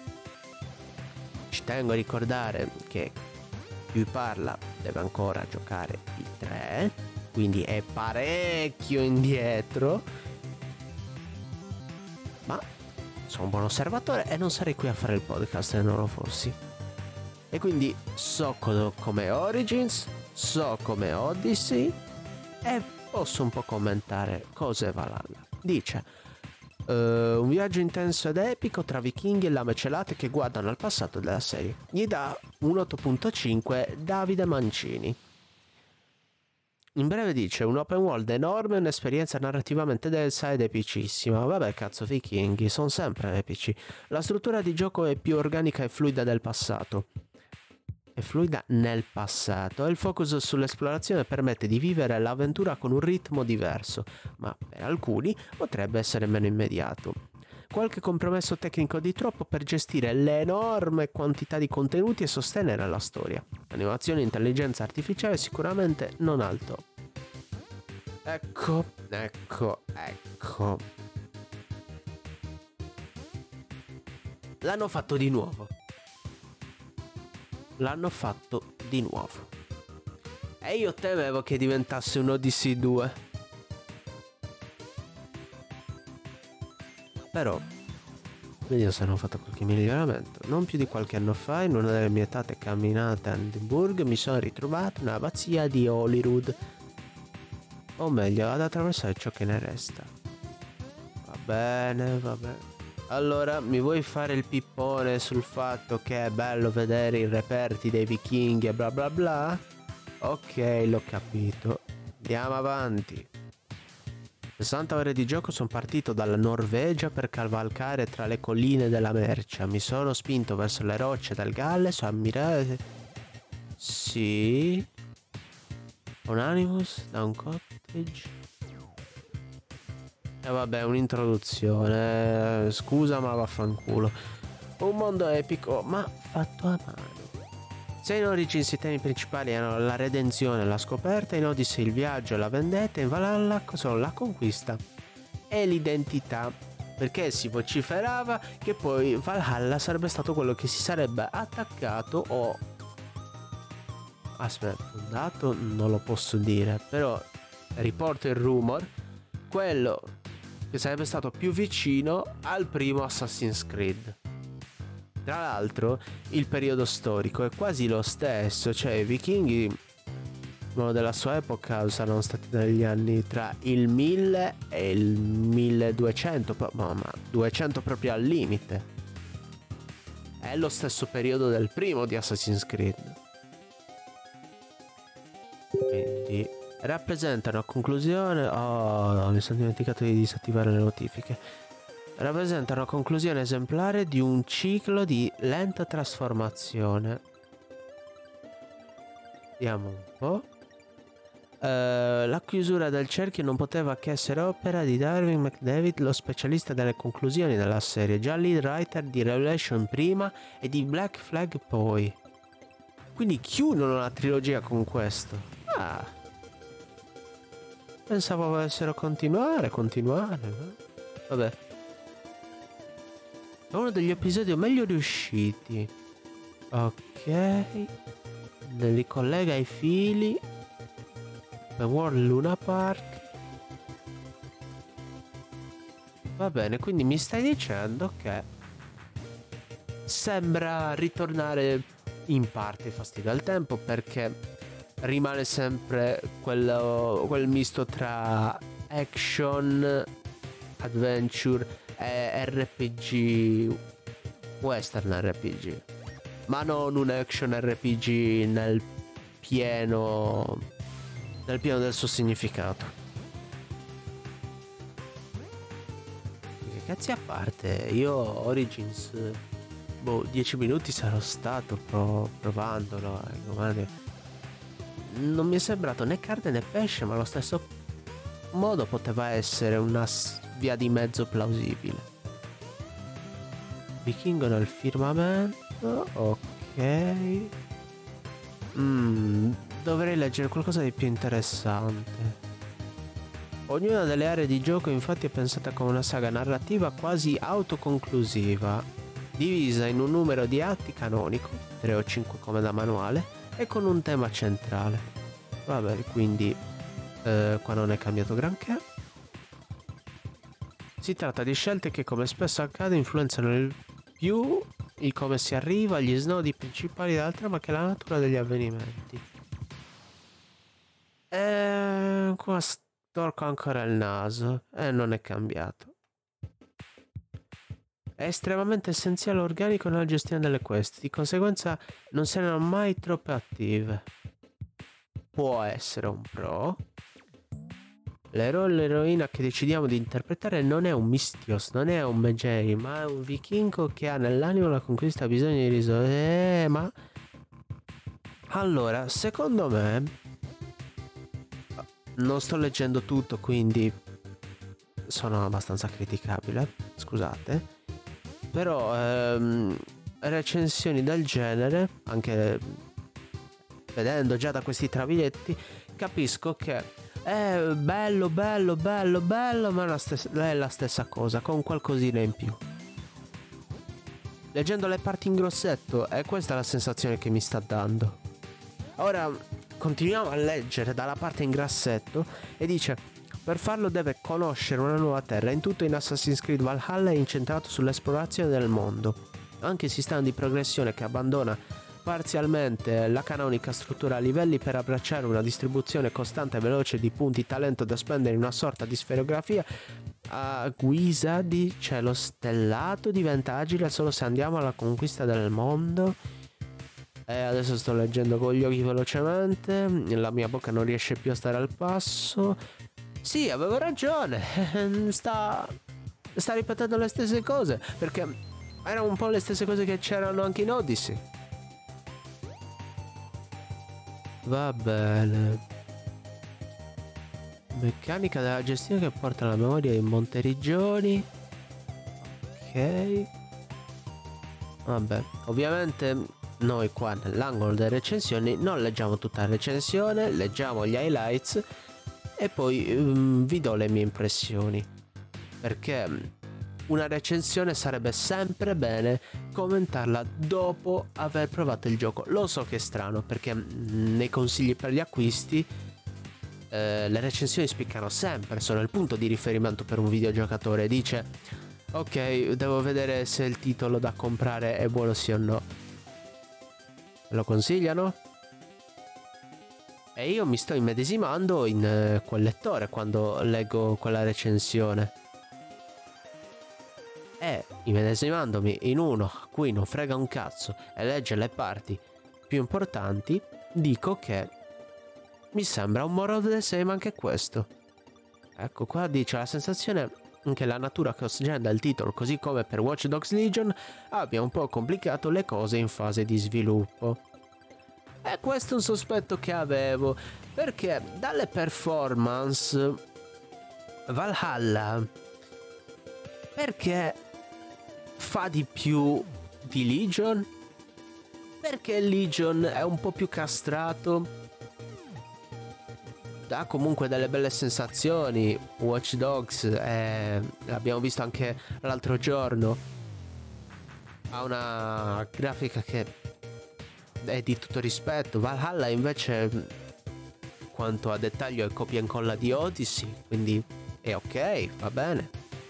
Ci tengo a ricordare che chi parla deve ancora giocare il 3, quindi è parecchio indietro, ma sono un buon osservatore e non sarei qui a fare il podcast se non lo fossi. E quindi so come Origins, so come Odyssey e posso un po' commentare cos'è Valhalla. Dice un viaggio intenso ed epico tra vichinghi e lame celate che guardano al passato della serie. Gli dà un 8.5 Davide Mancini. In breve dice un open world enorme, un'esperienza narrativamente densa ed epicissima. Vabbè cazzo, vichinghi sono sempre epici. La struttura di gioco è più organica e fluida del passato. È fluida nel passato e il focus sull'esplorazione permette di vivere l'avventura con un ritmo diverso, ma per alcuni potrebbe essere meno immediato. Qualche compromesso tecnico di troppo per gestire l'enorme quantità di contenuti e sostenere la storia. Animazione e intelligenza artificiale sicuramente non al top. Ecco. L'hanno fatto di nuovo. E io temevo che diventasse un Odyssey 2. Però vediamo se hanno fatto qualche miglioramento. Non più di qualche anno fa, in una delle mie tante camminate a Edimburgo, mi sono ritrovato nell'abbazia di Holyrood, o meglio ad attraversare ciò che ne resta. Va bene. Allora, mi vuoi fare il pippone sul fatto che è bello vedere i reperti dei vichinghi e bla bla bla? Ok, l'ho capito. Andiamo avanti. 60 ore di gioco, sono partito dalla Norvegia per cavalcare tra le colline della Mercia. Mi sono spinto verso le rocce del Galles a ammirare... Sì... Anonymous, Down Cottage... E vabbè, un'introduzione. Scusa, ma vaffanculo. Un mondo epico, ma fatto a mano. Se in Origins i temi principali erano la redenzione e la scoperta, in Odyssey il viaggio e la vendetta, in Valhalla sono la conquista e l'identità. Perché si vociferava che poi Valhalla sarebbe stato quello che si sarebbe attaccato o Aspetta, un dato non lo posso dire, però riporto il rumor, quello che sarebbe stato più vicino al primo Assassin's Creed. Tra l'altro il periodo storico è quasi lo stesso, cioè i vichinghi della sua epoca saranno stati negli anni tra il 1000 e il 1200, ma 200 proprio al limite. È lo stesso periodo del primo di Assassin's Creed. Quindi rappresentano a conclusione... Oh, mi sono dimenticato di disattivare le notifiche. Rappresentano la conclusione esemplare di un ciclo di lenta trasformazione. Vediamo un po'. La chiusura del cerchio non poteva che essere opera di Darwin McDavid, lo specialista delle conclusioni della serie, già lead writer di Revelation prima e di Black Flag poi. Quindi chiudono la trilogia con questo. Pensavo volessero continuare. Vabbè. È uno degli episodi meglio riusciti. Ok. Li collega ai fili. The World Luna Park. Va bene, quindi mi stai dicendo che sembra ritornare in parte Fastidio al tempo, perché rimane sempre quel misto tra action, adventure e RPG, western RPG, ma non un action RPG nel pieno del suo significato. Che cazzi, a parte, io Origins 10 minuti sarò stato provandolo, non mi è sembrato né carne né pesce, ma allo stesso modo poteva essere una via di mezzo plausibile. Vichingo nel firmamento, ok. Dovrei leggere qualcosa di più interessante. Ognuna delle aree di gioco infatti è pensata come una saga narrativa quasi autoconclusiva, divisa in un numero di atti canonico, 3 o 5 come da manuale, e con un tema centrale. Vabbè, quindi qua non è cambiato granché. Si tratta di scelte che, come spesso accade, influenzano il più il come si arriva agli snodi principali della trama che la natura degli avvenimenti. Qua storco ancora il naso e non è cambiato. È estremamente essenziale e organico nella gestione delle quest, di conseguenza non se ne hanno mai troppe attive. Può essere un pro. L'eroe o l'eroina che decidiamo di interpretare non è un Mistios, non è un Megei, ma è un vichingo che ha nell'animo la conquista, ha bisogno di risolvere. Ma allora, secondo me, non sto leggendo tutto, quindi sono abbastanza criticabile, scusate, però recensioni del genere, anche vedendo già da questi traviletti, capisco che è bello, ma è la stessa cosa, con qualcosina in più. Leggendo le parti in grossetto, è questa la sensazione che mi sta dando. Ora continuiamo a leggere dalla parte in grassetto e dice: per farlo deve conoscere una nuova terra. In tutto in Assassin's Creed Valhalla è incentrato sull'esplorazione del mondo. Anche il sistema di progressione, che abbandona parzialmente la canonica struttura a livelli per abbracciare una distribuzione costante e veloce di punti talento da spendere in una sorta di sferografia a guisa di cielo stellato, diventa agile solo se andiamo alla conquista del mondo. Adesso sto leggendo con gli occhi velocemente, la mia bocca non riesce più a stare al passo. Sì, avevo ragione, sta ripetendo le stesse cose, perché erano un po' le stesse cose che c'erano anche in Odyssey. Va bene. Meccanica della gestione che porta alla memoria in Monteriggioni. Ok. Vabbè, ovviamente noi qua nell'angolo delle recensioni non leggiamo tutta la recensione, leggiamo gli highlights e poi vi do le mie impressioni, perché una recensione sarebbe sempre bene commentarla dopo aver provato il gioco. Lo so che è strano, perché nei consigli per gli acquisti le recensioni spiccano sempre, sono il punto di riferimento per un videogiocatore. Dice: ok, devo vedere se il titolo da comprare è buono sì o no. Lo consigliano? E io mi sto immedesimando in quel lettore quando leggo quella recensione. E immedesimandomi in uno a cui non frega un cazzo e legge le parti più importanti, dico che mi sembra un moral of the same anche questo. Ecco qua dice: la sensazione che la natura cross-gen del titolo, così come per Watch Dogs Legion, abbia un po' complicato le cose in fase di sviluppo. E questo è un sospetto che avevo, perché dalle performance Valhalla, perché fa di più di Legion? Perché Legion è un po' più castrato, dà comunque delle belle sensazioni. Watch Dogs l'abbiamo visto anche l'altro giorno, ha una grafica che è di tutto rispetto. Valhalla invece, quanto a dettaglio, è copia e incolla di Odyssey, quindi è ok, va bene.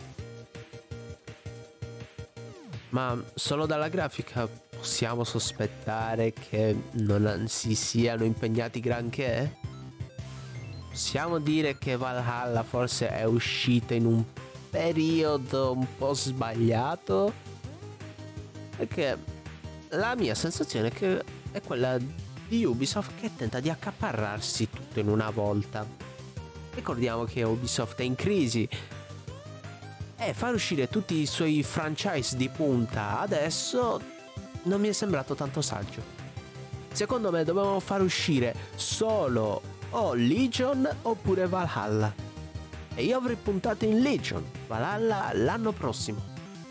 Ma solo dalla grafica possiamo sospettare che non si siano impegnati granché? Possiamo dire che Valhalla forse è uscita in un periodo un po' sbagliato? Perché la mia sensazione è quella di Ubisoft che tenta di accaparrarsi tutto in una volta. Ricordiamo che Ubisoft è in crisi e far uscire tutti i suoi franchise di punta adesso non mi è sembrato tanto saggio. Secondo me dovevamo far uscire solo o Legion oppure Valhalla, e io avrei puntato in Legion. Valhalla l'anno prossimo.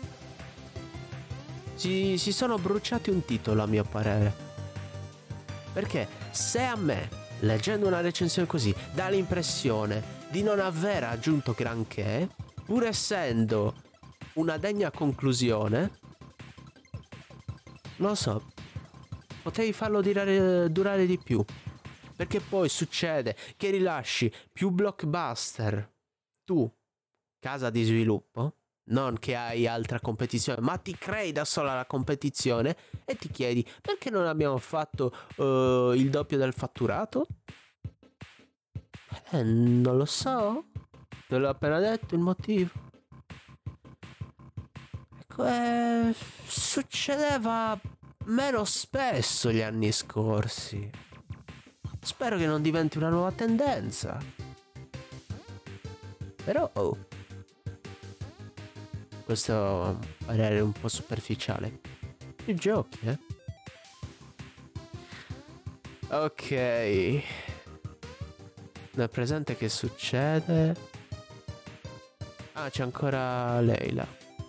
Si sono bruciati un titolo, a mio parere, perché se a me, leggendo una recensione così, dà l'impressione di non aver aggiunto granché, pur essendo una degna conclusione, non so, potevi farlo durare di più, perché poi succede che rilasci più blockbuster, tu, casa di sviluppo, non che hai altra competizione, ma ti crei da sola la competizione e ti chiedi: perché non abbiamo fatto il doppio del fatturato? Non lo so, te l'ho appena detto il motivo. Ecco, succedeva meno spesso gli anni scorsi. Spero che non diventi una nuova tendenza. Però questo è un parere un po' superficiale. Più giochi, Ok. Nel presente che succede? Ah, c'è ancora Leila.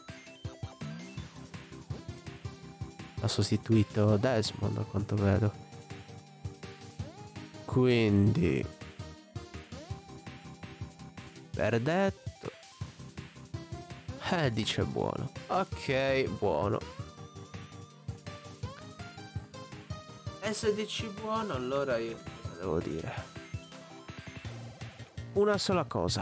Ha sostituito Desmond, a quanto vedo. Quindi, per detto, dice buono. Ok, buono. E se dici buono, allora io cosa devo dire? Una sola cosa.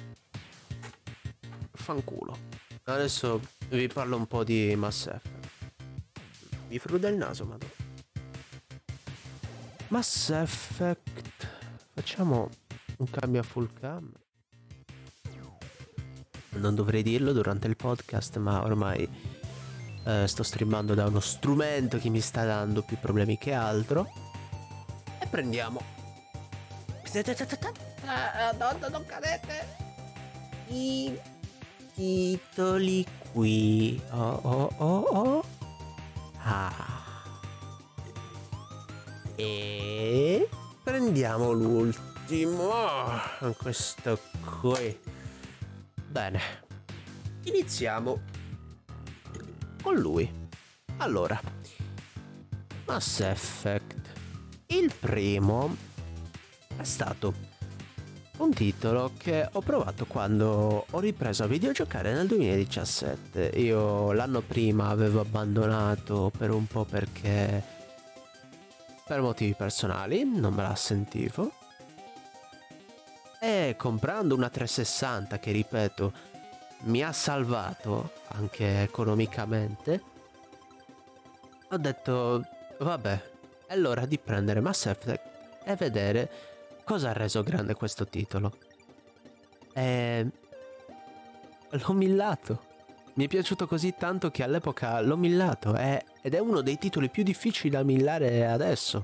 Fanculo. Adesso vi parlo un po' di Mass Effect. Mi fruda il naso, madonna. Mass Effect. Facciamo un cambio a full cam. Non dovrei dirlo durante il podcast, ma ormai sto streamando da uno strumento che mi sta dando più problemi che altro. E prendiamo. Non cadete. I titoli qui. Oh. E prendiamo l'ultimo. Questo qui. Bene, iniziamo con lui. Allora, Mass Effect. Il primo è stato un titolo che ho provato quando ho ripreso a videogiocare nel 2017. Io l'anno prima avevo abbandonato per un po' perché per motivi personali non me la sentivo, e comprando una 360 che, ripeto, mi ha salvato anche economicamente, ho detto vabbè, è l'ora di prendere Mass Effect e vedere cosa ha reso grande questo titolo. E l'ho millato. Mi è piaciuto così tanto che all'epoca l'ho millato, ed è uno dei titoli più difficili da millare adesso.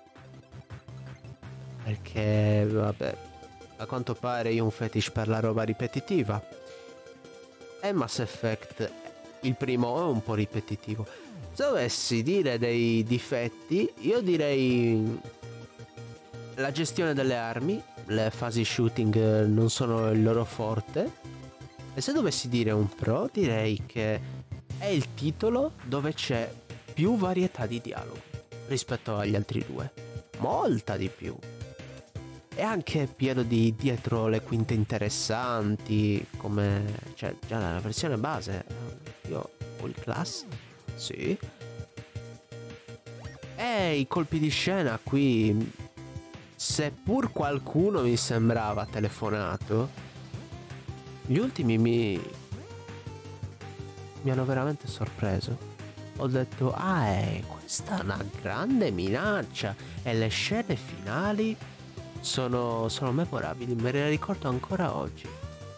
Perché, vabbè, a quanto pare io ho un fetish per la roba ripetitiva. E Mass Effect, il primo, è un po' ripetitivo. Se dovessi dire dei difetti, io direi la gestione delle armi. Le fasi shooting non sono il loro forte. E se dovessi dire un pro, direi che è il titolo dove c'è più varietà di dialogo rispetto agli altri due. Molta di più. E anche pieno di dietro le quinte interessanti, come, cioè, già la versione base. Io ho il class, sì. E i colpi di scena qui, seppur qualcuno mi sembrava telefonato, gli ultimi mi hanno veramente sorpreso. Ho detto, questa è una grande minaccia. E le scene finali sono memorabili, me le ricordo ancora oggi.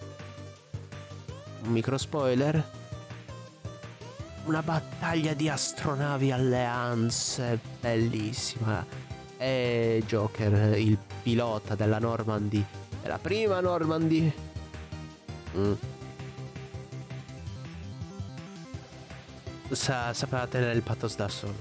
Un micro spoiler: una battaglia di astronavi alleanze bellissima, e Joker, il pilota della Normandy, della prima Normandy, sapeva tenere il pathos da solo.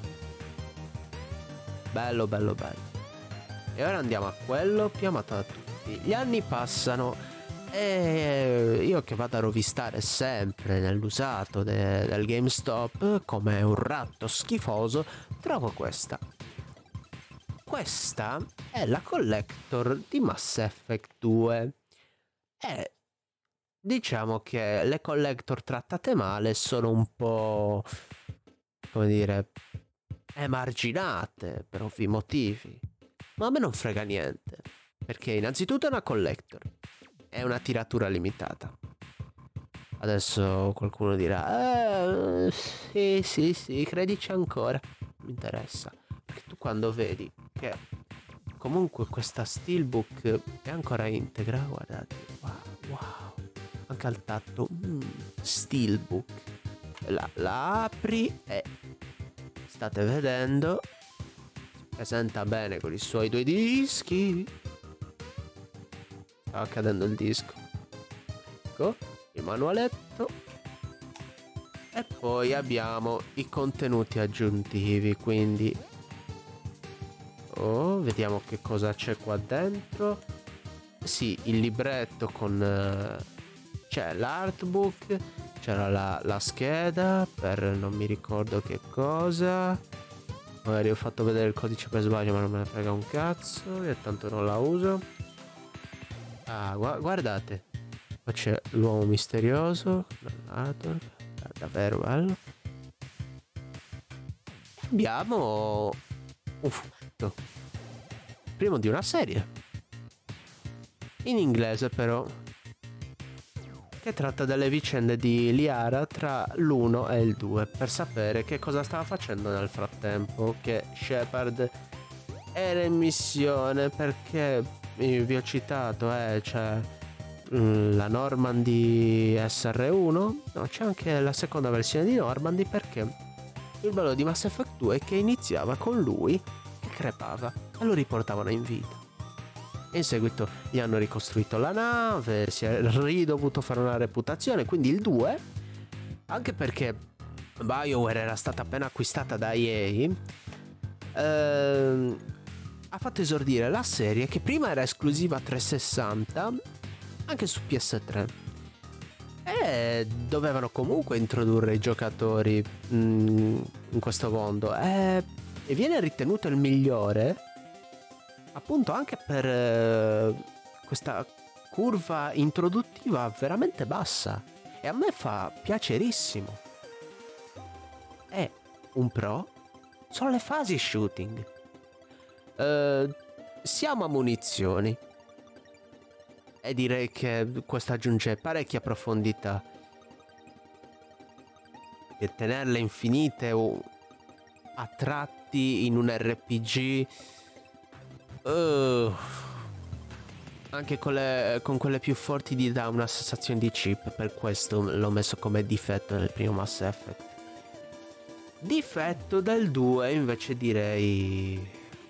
Bello. E ora andiamo a quello più amato da tutti. Gli anni passano e io, che vado a rovistare sempre nell'usato del GameStop come un ratto schifoso, trovo questa. Questa è la collector di Mass Effect 2. E diciamo che le collector trattate male sono un po', come dire, emarginate per ovvi motivi. Ma a me non frega niente, perché innanzitutto è una collector, è una tiratura limitata. Adesso qualcuno dirà, sì, credici ancora. Mi interessa, perché tu quando vedi che comunque questa steelbook è ancora integra, guardate, wow, anche al tatto, steelbook, la apri e state vedendo, presenta bene con i suoi 2 dischi. Stava cadendo il disco. Ecco il manualetto. E poi abbiamo i contenuti aggiuntivi, quindi vediamo che cosa c'è qua dentro. Sì, il libretto con c'è l'artbook, c'era la scheda per non mi ricordo che cosa. Magari ho fatto vedere il codice per sbaglio, ma non me ne frega un cazzo, e tanto non la uso. Guardate, qua c'è l'uomo misterioso, davvero bello. Abbiamo un fumetto, primo di una serie, in inglese però, che tratta delle vicende di Liara tra l'1 e il 2, per sapere che cosa stava facendo nel frattempo che Shepard era in missione, perché vi ho citato, c'è la Normandy SR1, no, c'è anche la seconda versione di Normandy, perché il bello di Mass Effect 2 è che iniziava con lui che crepava e lo riportavano in vita. In seguito gli hanno ricostruito la nave, si è ridovuto fare una reputazione, quindi il 2, anche perché BioWare era stata appena acquistata da EA, ha fatto esordire la serie, che prima era esclusiva 360, anche su PS3, e dovevano comunque introdurre i giocatori in questo mondo, e viene ritenuto il migliore appunto anche per questa curva introduttiva veramente bassa e a me fa piacerissimo. E un pro sono le fasi shooting. Siamo a munizioni e direi che questo aggiunge parecchia profondità. E tenerle infinite o a tratti in un RPG, anche con quelle più forti ti dà una sensazione di chip. Per questo l'ho messo come difetto nel primo Mass Effect. Difetto del 2 invece direi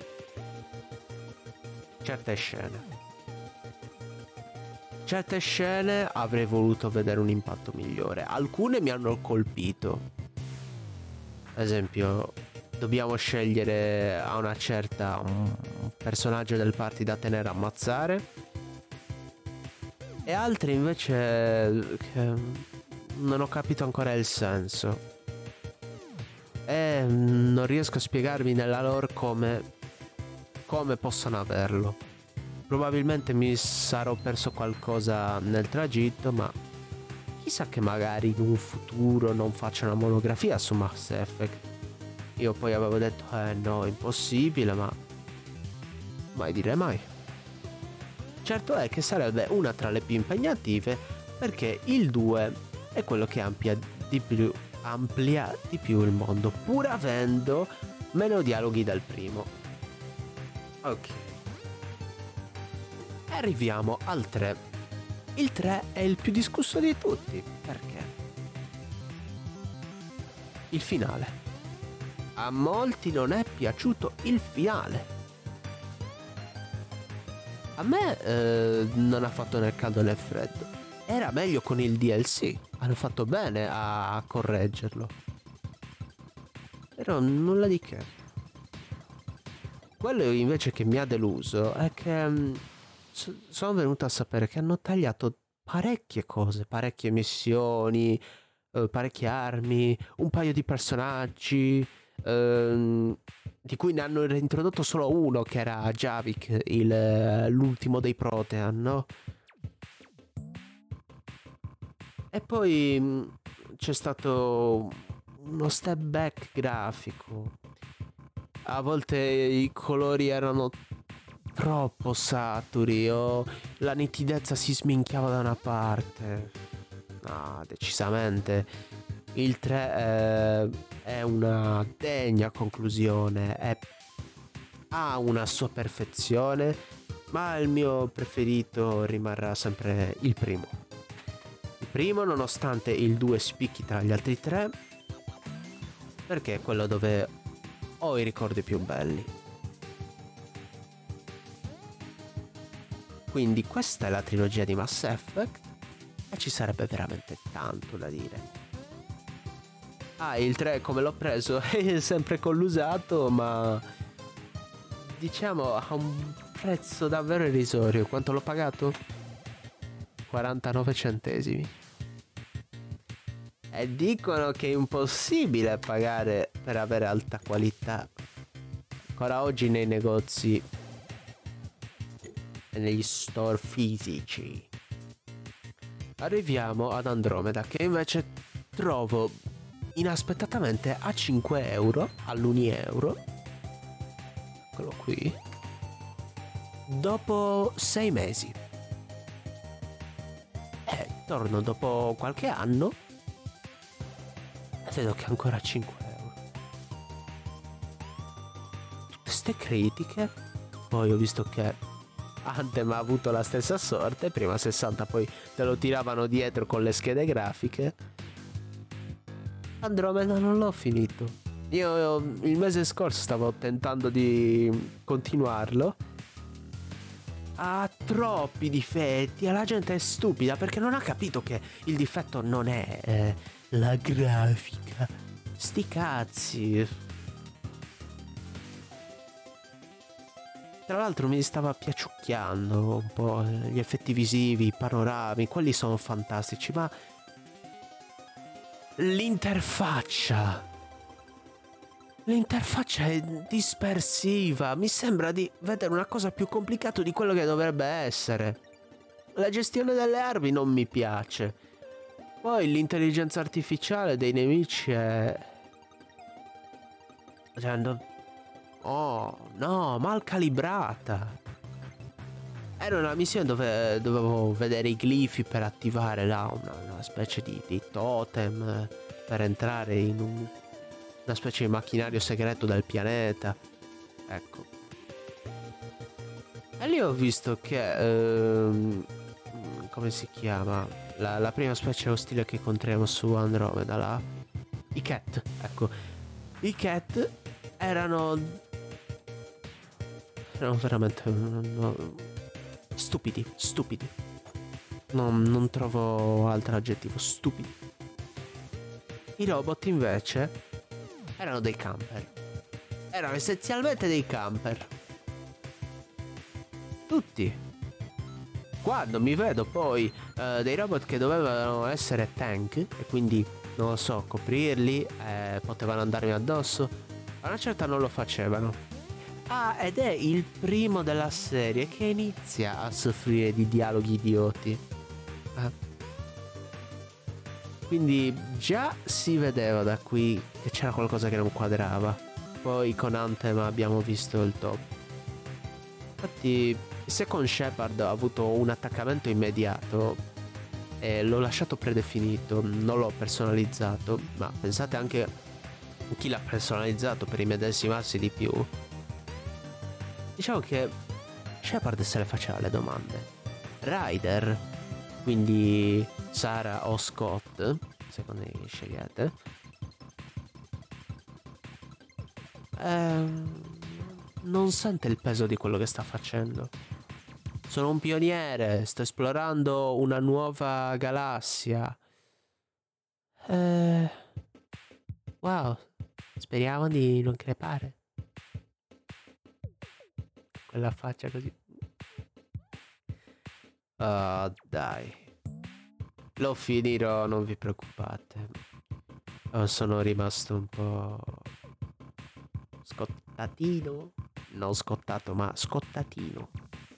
certe scene avrei voluto vedere un impatto migliore. Alcune mi hanno colpito. Ad esempio, dobbiamo scegliere a una certa un personaggio del party da tenere a ammazzare, e altre invece che non ho capito ancora il senso e non riesco a spiegarmi nella lore come possono averlo. Probabilmente mi sarò perso qualcosa nel tragitto, ma chissà che magari in un futuro non faccia una monografia su Mass Effect. Io poi avevo detto no, impossibile, ma mai dire mai. Certo è che sarebbe una tra le più impegnative, perché il 2 è quello che amplia di più il mondo, pur avendo meno dialoghi del primo. Ok, arriviamo al 3. Il 3 è il più discusso di tutti. Perché? Il finale. A molti non è piaciuto il finale. A me non ha fatto né caldo né freddo. Era meglio con il DLC. Hanno fatto bene a correggerlo. Però nulla di che. Quello invece che mi ha deluso è che sono venuto a sapere che hanno tagliato parecchie cose, parecchie missioni, parecchie armi, un paio di personaggi, di cui ne hanno reintrodotto solo uno, che era Javik, l'ultimo dei Protean, no? E poi c'è stato uno step back grafico. A volte i colori erano troppo saturi o la nitidezza si sminchiava da una parte. No, decisamente il 3 è una degna conclusione, ha una sua perfezione, ma il mio preferito rimarrà sempre il primo. Il primo, nonostante il 2 spicchi tra gli altri 3, perché è quello dove ho i ricordi più belli. Quindi questa è la trilogia di Mass Effect e ci sarebbe veramente tanto da dire. Il 3 come l'ho preso è sempre con l'usato, ma diciamo a un prezzo davvero irrisorio. Quanto l'ho pagato? 49 centesimi. E dicono che è impossibile pagare per avere alta qualità. Ancora oggi nei negozi e negli store fisici. Arriviamo ad Andromeda, che invece trovo inaspettatamente a 5 euro, all'1 euro. Eccolo qui. Dopo 6 mesi. Torno dopo qualche anno e vedo che è ancora 5 euro. Tutte ste critiche. Poi ho visto che Anthem ha avuto la stessa sorte, prima 60, poi te lo tiravano dietro con le schede grafiche. Andromeda non l'ho finito. Io il mese scorso stavo tentando di continuarlo. Ha troppi difetti e la gente è stupida perché non ha capito che il difetto non è la grafica. Sti cazzi. Tra l'altro mi stava piaciucchiando un po' gli effetti visivi, i panorami, quelli sono fantastici, ma l'interfaccia è dispersiva. Mi sembra di vedere una cosa più complicata di quello che dovrebbe essere. La gestione delle armi non mi piace. Poi l'intelligenza artificiale dei nemici è... Cioè, oh, no, mal calibrata. Era una missione dove dovevo vedere i glifi per attivare là una specie di totem per entrare in una specie di macchinario segreto del pianeta. Ecco. E lì ho visto che... come si chiama? La prima specie ostile che incontriamo su Andromeda là. I Cat, ecco. I Cat erano veramente... Stupidi. Non trovo altro aggettivo. Stupidi. I robot invece erano dei camper. Erano essenzialmente dei camper. Tutti. Quando mi vedo poi dei robot che dovevano essere tank e quindi, non lo so, coprirli, potevano andarmi addosso, a una certa non lo facevano. Ah, ed è il primo della serie che inizia a soffrire di dialoghi idioti. Quindi già si vedeva da qui che c'era qualcosa che non quadrava. Poi con Anthem abbiamo visto il top. Infatti, se con Shepard ho avuto un attaccamento immediato e l'ho lasciato predefinito, non l'ho personalizzato, ma pensate anche a chi l'ha personalizzato per immedesimarsi di più. Diciamo che Shepard se le faceva le domande. Ryder, quindi Sarah o Scott, secondo me scegliete, non sente il peso di quello che sta facendo. Sono un pioniere, sto esplorando una nuova galassia. Wow, speriamo di non crepare. Quella faccia così. Oh, dai. Lo finirò, non vi preoccupate. Sono rimasto un po' scottatino. Non scottato, ma scottatino.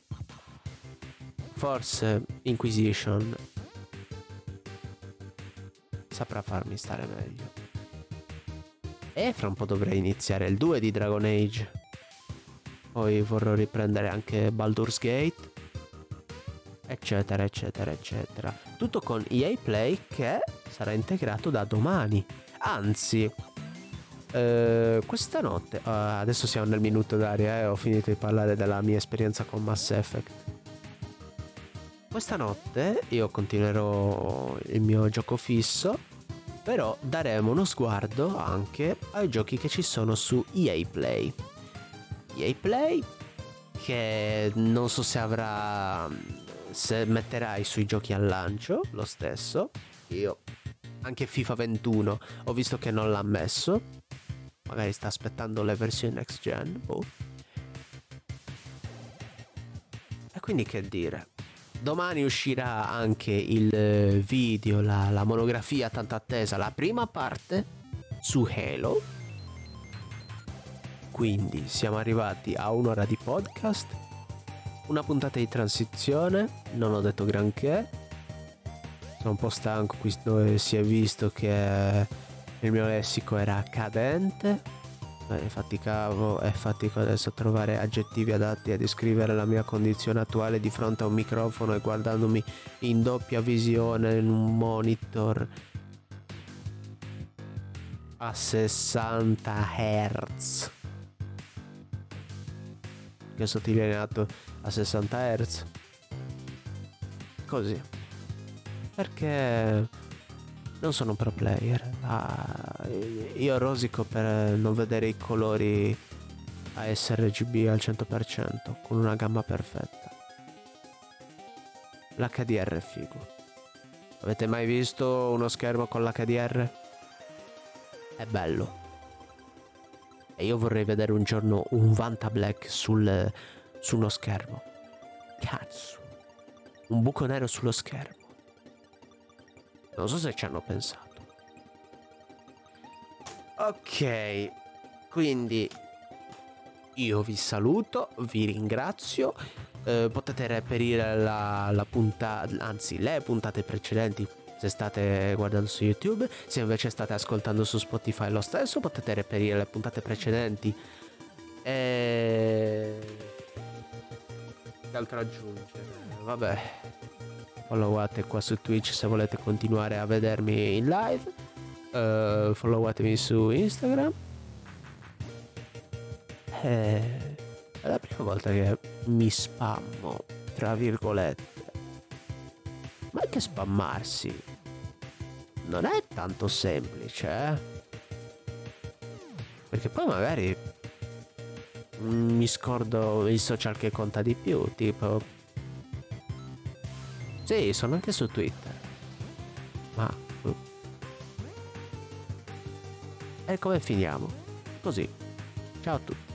Forse Inquisition saprà farmi stare meglio. E fra un po' dovrei iniziare il 2 di Dragon Age. Poi vorrò riprendere anche Baldur's Gate, eccetera eccetera eccetera. Tutto con EA Play che sarà integrato da domani. Anzi, questa notte, adesso siamo nel minuto d'aria, ho finito di parlare della mia esperienza con Mass Effect. Questa notte io continuerò il mio gioco fisso, però daremo uno sguardo anche ai giochi che ci sono su EA Play. EA Play che non so se metterai sui giochi al lancio lo stesso. Io anche FIFA 21 ho visto che non l'ha messo, magari sta aspettando le versioni next gen. E quindi che dire, domani uscirà anche il video, la monografia tanto attesa, la prima parte su Halo. Quindi siamo arrivati a un'ora di podcast, una puntata di transizione, non ho detto granché, sono un po' stanco, qui si è visto che il mio lessico era cadente, faticavo e fatico adesso a trovare aggettivi adatti a descrivere la mia condizione attuale di fronte a un microfono e guardandomi in doppia visione in un monitor a 60 Hz. Che ho sottolineato a 60 Hz così perché non sono un pro player. Io rosico per non vedere i colori a sRGB al 100% con una gamma perfetta. L'HDR è figo. Avete mai visto uno schermo con l'HDR? È bello. E io vorrei vedere un giorno un Vanta Black su uno schermo. Cazzo. Un buco nero sullo schermo. Non so se ci hanno pensato. Ok. Quindi io vi saluto, vi ringrazio potete reperire la puntata, anzi le puntate precedenti se state guardando su YouTube. Se invece state ascoltando su Spotify lo stesso, potete reperire le puntate precedenti. E che altro aggiungere? Vabbè, followate qua su Twitch se volete continuare a vedermi in live. Followatemi su Instagram. È la prima volta che mi spammo, tra virgolette. Ma anche spammarsi non è tanto semplice, perché poi magari mi scordo il social che conta di più, tipo... Sì, sono anche su Twitter. Ma... E come finiamo? Così. Ciao a tutti.